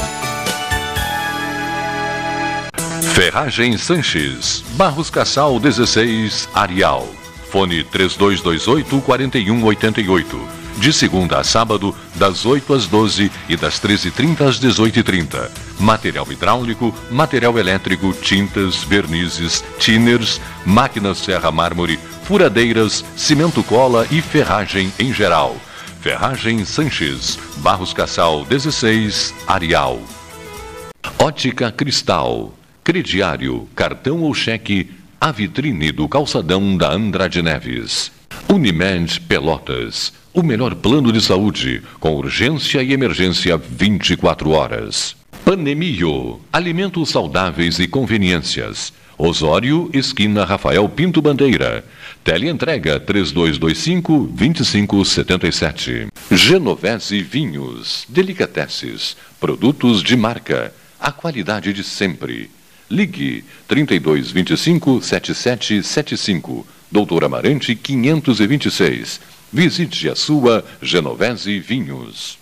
Ferragem Sanches, Barros Cassal 16, Arial. Fone 3228-4188. De segunda a sábado, das 8 às 12 e das 13h30 às 18h30. Material hidráulico, material elétrico, tintas, vernizes, tinners, máquinas serra mármore, furadeiras, cimento cola e ferragem em geral. Ferragem Sanches, Barros Cassal 16, Arial. Ótica Cristal, crediário, cartão ou cheque, a vitrine do calçadão da Andrade Neves. Unimed Pelotas, o melhor plano de saúde, com urgência e emergência 24 horas. Panemio, alimentos saudáveis e conveniências. Osório, esquina Rafael Pinto Bandeira. Teleentrega 3225-2577. Genovese Vinhos, delicateces, produtos de marca, a qualidade de sempre. Ligue 3225-7775, Doutor Amarante 526. Visite a sua Genovese Vinhos.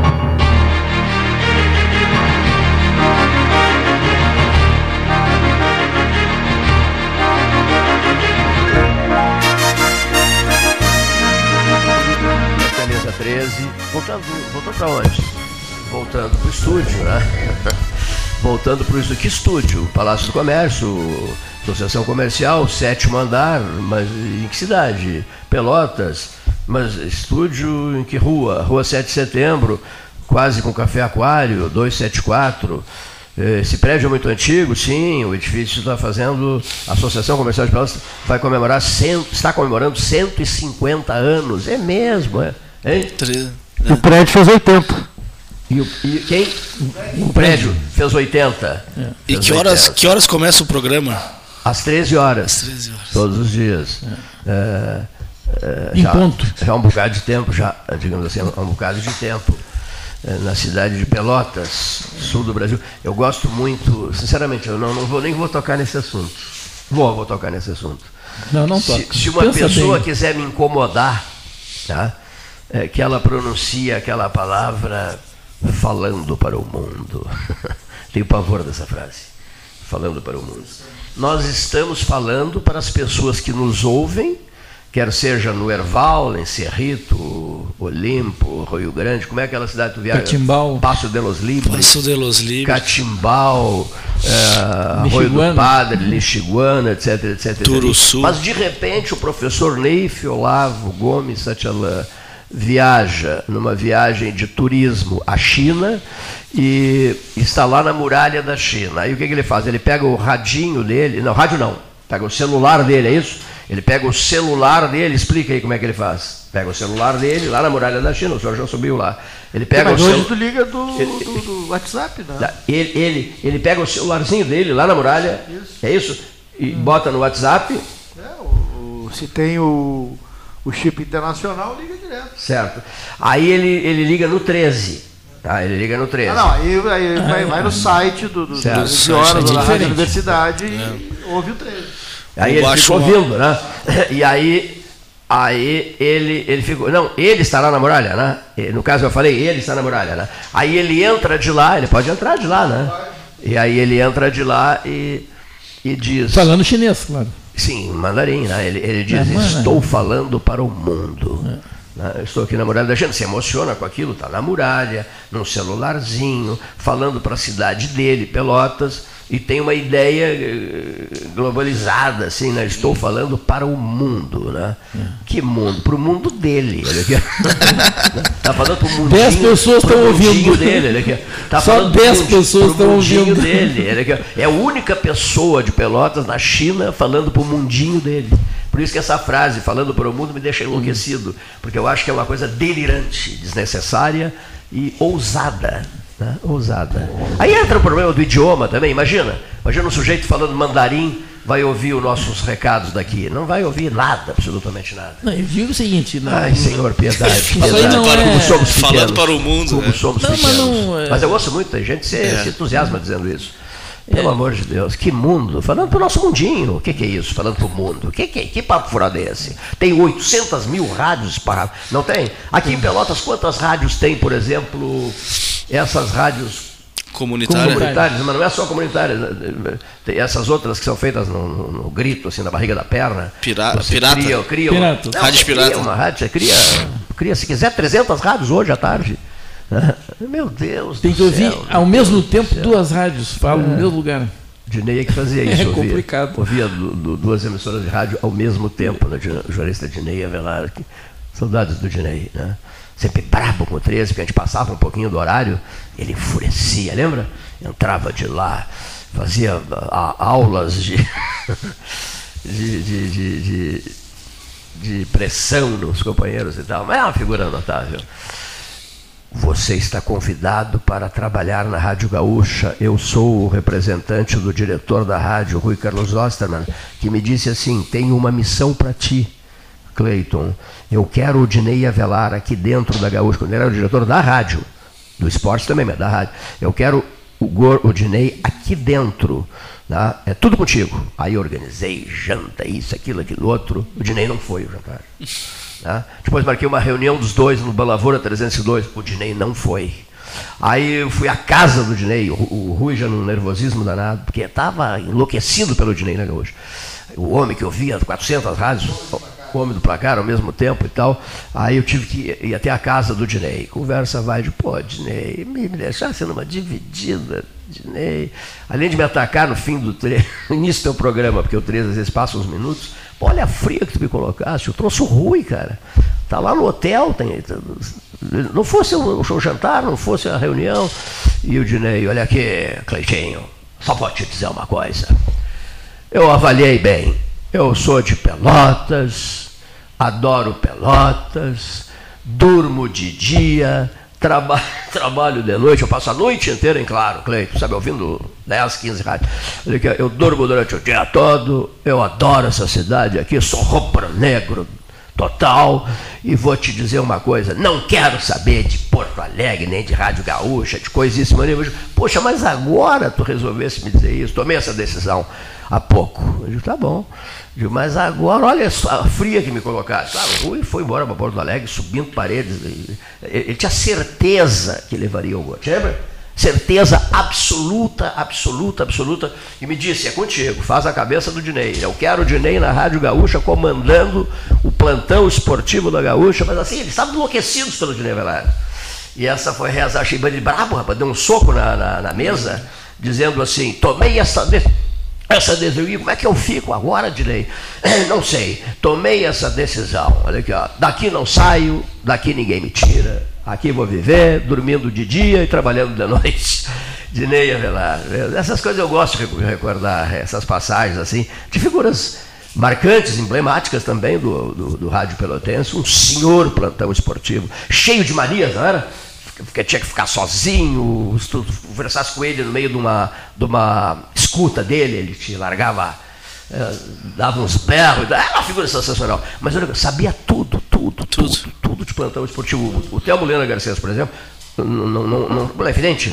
Camisa 13, voltando para onde? Voltando para o estúdio, né? Voltando para isso, que estúdio? Palácio do Comércio, Associação Comercial, 7º andar, mas em que cidade? Pelotas, mas estúdio em que rua? Rua 7 de Setembro, quase com Café Aquário, 274. Esse prédio é muito antigo, sim, o edifício está fazendo, a Associação Comercial de Pelotas vai comemorar, está comemorando 150 anos, é mesmo, é? Hein? O prédio fez 80. Quem? O prédio fez 80. É. E que horas começa o programa? Às 13 horas. Às 13 horas. Todos os dias. Em ponto. Já um bocado de tempo, digamos assim, um bocado de tempo. Na cidade de Pelotas, sul do Brasil. Eu gosto muito, sinceramente, eu nem vou tocar nesse assunto. Vou tocar nesse assunto. Não toca. Se uma pessoa quiser me incomodar, tá? Que ela pronuncia aquela palavra falando para o mundo. Tenho pavor dessa frase. Falando para o mundo. Nós estamos falando para as pessoas que nos ouvem, quer seja no Herval, em Cerrito, Olimpo, Rio Grande, como é aquela cidade que tu viaja? Catimbau. Passo de los Libres. Catimbau, Arroio do Padre, Lixiguana, etc, etc. Turuçu. Mas de repente o professor Neif Olavo Gomes Satyalan viaja numa viagem de turismo à China e está lá na muralha da China. Aí o que ele faz? Ele pega o radinho dele, não, rádio não, pega o celular dele, é isso? Ele pega o celular dele, explica aí como é que ele faz. Pega o celular dele, lá na muralha da China, o senhor já subiu lá. Ele pega mas hoje tu liga do WhatsApp, né? Ele pega o celularzinho dele lá na muralha, isso. É isso? E bota no WhatsApp. Se tem o chip internacional, liga direto. Certo. Aí ele liga no 13. Tá? Ele liga no 13. Aí vai no site do 12 horas da Rádio Universidade e ouve o 13. Aí ele fica ouvindo, né? E aí ele ficou. Não, ele está lá na muralha, né? No caso eu falei, ele está na muralha, né? Aí ele entra de lá, ele pode entrar de lá, né? E aí ele entra de lá e diz. Falando chinês, claro. Sim, mandarim, né? Ele diz, estou falando para o mundo. Eu estou aqui na muralha da gente, se emociona com aquilo, está na muralha, num celularzinho, falando para a cidade dele, Pelotas, e tem uma ideia globalizada, assim, né? Estou falando para o mundo, né? Que mundo? Para o mundo dele. Está falando para o mundinho. 10 pessoas estão ouvindo dele. Tá Só 10 pessoas estão ouvindo dele. É a única pessoa de Pelotas na China falando para o mundinho dele. Por isso que essa frase, falando para o mundo, me deixa enlouquecido, porque eu acho que é uma coisa delirante, desnecessária e ousada. Né? Ousada. Aí entra o problema do idioma também, imagina um sujeito falando mandarim, vai ouvir os nossos recados daqui. Não vai ouvir nada, absolutamente nada. Não, eu digo o seguinte... Ai, Senhor, piedade. Isso aí não como somos pequenos, falando para o mundo, como somos pequenos. Mas eu gosto muito, tem gente que se entusiasma dizendo isso. Pelo amor de Deus, que mundo? Falando para o nosso mundinho, o que é isso? Falando para o mundo, que papo furado é esse? Tem 800 mil rádios para... Não tem? Aqui em Pelotas, quantas rádios tem, por exemplo, essas rádios comunitárias? Mas não é só comunitárias, tem essas outras que são feitas no grito, assim, na barriga da perna. Pirata. Cria Rádio pirata. Uma rádio, você cria, se quiser, 300 rádios hoje à tarde. Meu Deus, tem que ouvir ao mesmo tempo 2 rádios, falam no mesmo lugar. Dinei é que fazia isso. É complicado. Ouvia 2 emissoras de rádio ao mesmo tempo, né? O jornalista Dinei Avelar. Saudades do Dinei, né? Sempre brabo com o 13, porque a gente passava um pouquinho do horário, ele enfurecia, lembra? Entrava de lá, fazia aulas de pressão nos companheiros e tal, mas é uma figura notável. Você está convidado para trabalhar na Rádio Gaúcha. Eu sou o representante do diretor da rádio, Rui Carlos Osterman, que me disse assim: tenho uma missão para ti, Cleiton. Eu quero o Dinei Avelar aqui dentro da Gaúcha, quando ele era o diretor da rádio, do esporte também, mas da rádio. Eu quero o Dinei aqui dentro. Tá? É tudo contigo. Aí eu organizei janta, isso, aquilo, outro. O Dinei não foi o jantar. Tá? Depois marquei uma reunião dos dois no Balavoura 302. O Dinei não foi. Aí eu fui à casa do Dinei, o Rui já num nervosismo danado, porque estava enlouquecido pelo Dinei na Gaúcha. O homem que ouvia 400 rádios, o homem do placar ao mesmo tempo e tal. Aí eu tive que ir até a casa do Dinei. Conversa vai de, Dinei, me deixasse numa dividida, Dinei. Além de me atacar no fim do início do teu programa, porque o 13 às vezes passa uns minutos. Olha a fria que tu me colocaste, eu trouxe o Rui, cara. Tá lá no hotel, não fosse o jantar, não fosse a reunião. E o Dinei, olha aqui, Cleitinho, só vou te dizer uma coisa. Eu avaliei bem, eu sou de Pelotas, adoro Pelotas, durmo de dia, trabalho de noite, eu passo a noite inteira em claro, Cleiton, sabe, ouvindo 10, 15 rádios. Eu durmo durante o dia todo, eu adoro essa cidade aqui, sou rubro-negro total, e vou te dizer uma coisa, não quero saber de Porto Alegre, nem de Rádio Gaúcha, de coisíssima nenhuma. Poxa, mas agora tu resolvesse me dizer isso, tomei essa decisão há pouco. Eu digo, tá bom. Eu digo, mas agora, olha a fria que me colocaram. Claro, o Rui foi embora para Porto Alegre, subindo paredes. Ele tinha certeza que levaria o gol. Lembra? Certeza absoluta, absoluta, absoluta. E me disse, é contigo, faz a cabeça do Dinei. Eu quero o Dinei na Rádio Gaúcha comandando o plantão esportivo da Gaúcha. Mas assim, eles estavam enlouquecidos pelo Dinei Avelar. E essa foi rezar, achei bem brabo, rapaz, deu um soco na mesa, dizendo assim, tomei essa decisão. Como é que eu fico agora, Dinei? Não sei, tomei essa decisão. Olha aqui, ó, daqui não saio, daqui ninguém me tira. Aqui vou viver, dormindo de dia e trabalhando de noite. Dinei Avelar. Essas coisas eu gosto de recordar, essas passagens assim, de figuras marcantes, emblemáticas também do rádio pelotense. Um senhor plantão esportivo, cheio de manias, não era? Porque tinha que ficar sozinho, se tu conversasse com ele no meio de uma escuta dele, ele te largava, dava uns berros, era uma figura sensacional. Mas eu sabia tudo de plantão esportivo. O Telmo Lena Garcês, por exemplo, não é evidente,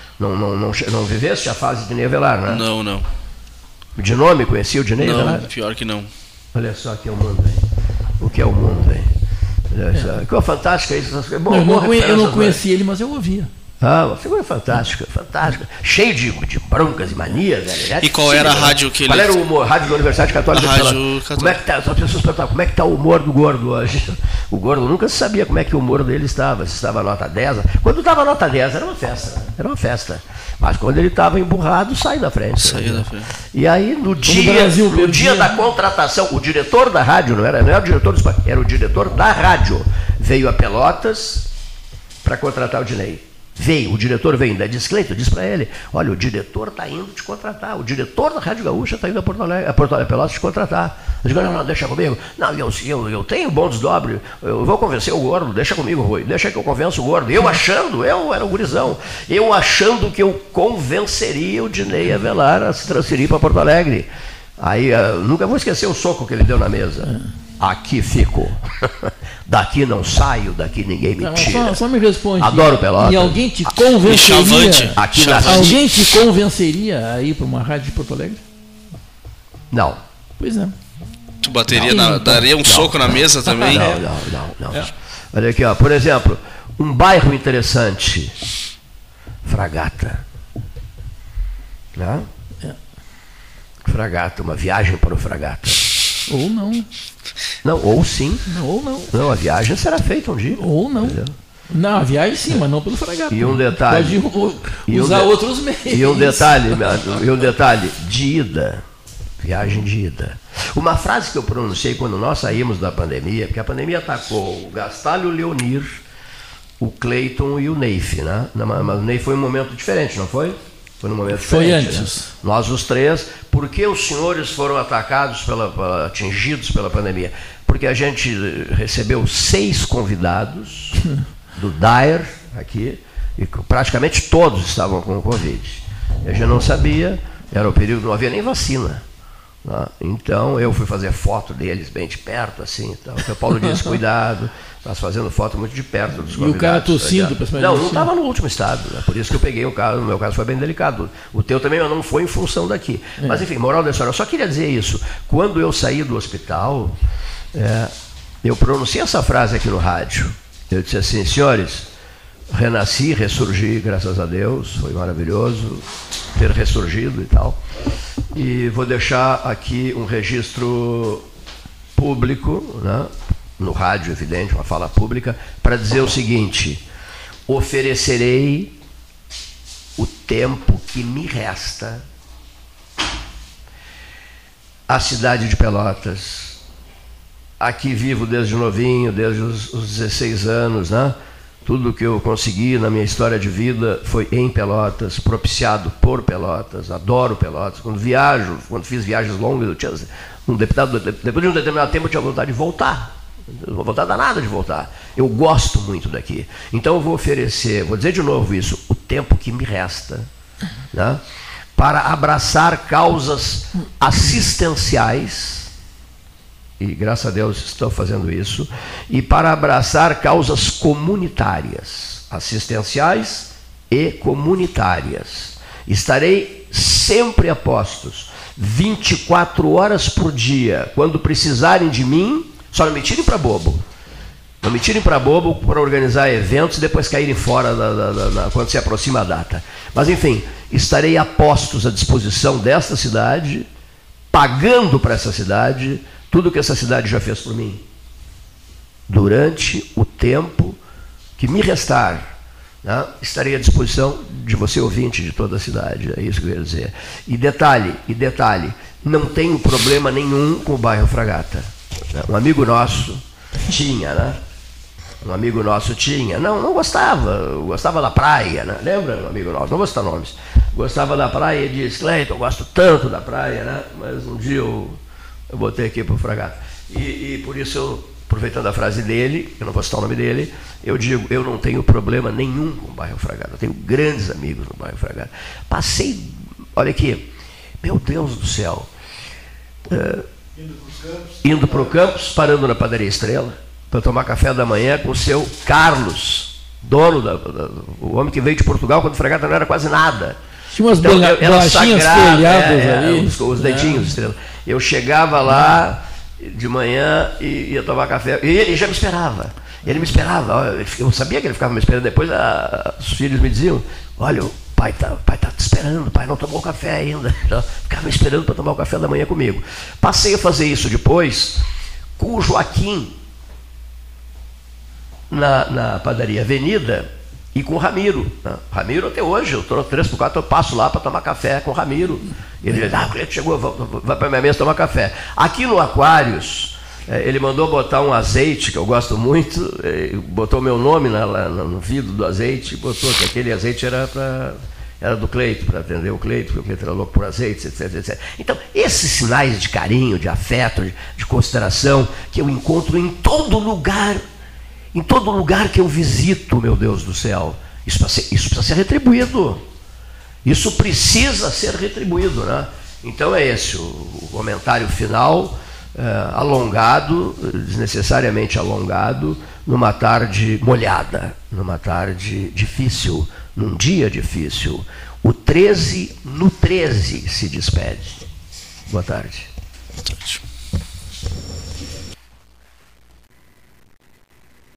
não vivesse a fase de Dinei Avelar, né? Não. De nome conhecia o Dinei Avelar? Não, pior que não. Olha só que é o mundo, hein? O que é o mundo, hein? Que fantástica isso. Bom, eu não conhecia ele, mas eu ouvia. Uma figura fantástica, cheio de broncas e manias. Né? E qual era a rádio que ele... Qual era o humor? Rádio da Universidade Católica. Rádio Católica. Como é que tá? As pessoas perguntavam, como é que está o humor do Gordo hoje? O Gordo nunca sabia como é que o humor dele estava, se estava nota 10. Quando estava nota 10 era uma festa. Mas quando ele estava emburrado, saía da frente. E aí, no dia da contratação, o diretor da rádio, não era o diretor do esporte, era o diretor da rádio, veio a Pelotas para contratar o Dinei. O diretor veio, ainda disse, Cleiton, disse para ele, olha, o diretor está indo te contratar, o diretor da Rádio Gaúcha está indo a Porto Alegre Pelotas te contratar. Eu digo, não, deixa comigo. Não, eu tenho bom desdobre, eu vou convencer o Gordo, deixa comigo, Rui, deixa que eu convenço o Gordo. Eu era o gurizão, eu achando que eu convenceria o Dinei Avelar a se transferir para Porto Alegre. Aí, nunca vou esquecer o soco que ele deu na mesa. Aqui fico. Daqui não saio, daqui ninguém me tira. Só me responde. Adoro Pelotas. E alguém te convenceria? Alguém te convenceria a ir para uma rádio de Porto Alegre? Não. Pois é. Tu daria um soco na mesa também? Não. Olha aqui, por exemplo, um bairro interessante. Fragata. Né? Fragata, uma viagem para o Fragata. Ou não. Não, ou sim. Ou não. Não, a viagem será feita um dia. Ou não. Entendeu? Não, a viagem sim, mas não pelo Fragata. E um detalhe. Pode usar outros meios. E um detalhe de ida. Viagem de ida. Uma frase que eu pronunciei quando nós saímos da pandemia, porque a pandemia atacou o Gastalho, o Leonir, o Cleiton e o Neif, né? Mas o Neif foi um momento diferente, não foi? Foi num momento diferente. Foi antes. Né? Nós os três. Por que os senhores foram atacados, atingidos pela pandemia? Porque a gente recebeu 6 convidados do DAER aqui, e praticamente todos estavam com Covid. A gente não sabia, era o período, não havia nem vacina. Né? Então eu fui fazer foto deles bem de perto, assim. Então, o Paulo disse, cuidado. Nós fazendo foto muito de perto dos convidados. E o cara tossindo? Não estava no último estado. Né? Por isso que eu peguei o caso. No meu caso foi bem delicado. O teu também não foi em função daqui. Mas enfim, moral da história. Eu só queria dizer isso. Quando eu saí do hospital, eu pronunciei essa frase aqui no rádio. Eu disse assim, senhores, renasci, ressurgi, graças a Deus. Foi maravilhoso ter ressurgido e tal. E vou deixar aqui um registro público, né? No rádio, evidente, uma fala pública, para dizer o seguinte: oferecerei o tempo que me resta à cidade de Pelotas. Aqui vivo desde novinho, desde os 16 anos, né? Tudo que eu consegui na minha história de vida foi em Pelotas, propiciado por Pelotas. Adoro Pelotas. Quando fiz viagens longas, depois de um determinado tempo eu tinha vontade de voltar. Não vou vontade danada de voltar. Eu gosto muito daqui. Então eu vou oferecer, vou dizer de novo isso, o tempo que me resta, né, para abraçar causas assistenciais, e graças a Deus estou fazendo isso, e para abraçar causas comunitárias, assistenciais e comunitárias. Estarei sempre a postos, 24 horas por dia, quando precisarem de mim. Só não me tirem para bobo. Não me tirem para bobo para organizar eventos e depois caírem fora quando se aproxima a data. Mas, enfim, estarei a postos à disposição desta cidade, pagando para essa cidade tudo que essa cidade já fez por mim. Durante o tempo que me restar, né, estarei à disposição de você, ouvinte de toda a cidade. É isso que eu quero dizer. E detalhe, não tenho problema nenhum com o bairro Fragata. Um amigo nosso tinha, né? Não gostava da praia, né? Lembra, um amigo nosso, não vou citar nomes, gostava da praia e disse, Cleiton, eu gosto tanto da praia, né? Mas um dia eu botei aqui para o Fragata. E por isso, aproveitando a frase dele, eu não vou citar o nome dele, eu digo, eu não tenho problema nenhum com o bairro Fragata, eu tenho grandes amigos no bairro Fragata. Passei, olha aqui, meu Deus do céu, indo para o campus, parando na Padaria Estrela, para tomar café da manhã com o seu Carlos, dono, o homem que veio de Portugal quando o Fragata não era quase nada. Tinha umas bolachinhas folhadas ali. Os dentinhos Estrela. Eu chegava lá de manhã e ia tomar café, e ele já me esperava. Ele me esperava, eu sabia que ele ficava me esperando. Depois os filhos me diziam, olha, o pai tá te esperando, o pai não tomou café ainda. Ficava me esperando para tomar o café da manhã comigo. Passei a fazer isso depois com o Joaquim, na padaria Avenida, e com o Ramiro. Ramiro até hoje, eu estou 3x4, eu passo lá para tomar café com o Ramiro. Ele diz, o cliente chegou, vai para minha mesa tomar café. Aqui no Aquários, ele mandou botar um azeite, que eu gosto muito, botou meu nome no vidro do azeite, e botou que aquele azeite era do Cleito, para atender o Cleito, porque o Cleito era louco por azeite, etc, etc. Então, esses sinais de carinho, de afeto, de consideração, que eu encontro em todo lugar que eu visito, meu Deus do céu, isso precisa ser retribuído. Isso precisa ser retribuído, né? Então é esse o comentário final, alongado, desnecessariamente alongado, numa tarde molhada, numa tarde difícil, num dia difícil. O 13 no 13 se despede. Boa tarde. Boa tarde.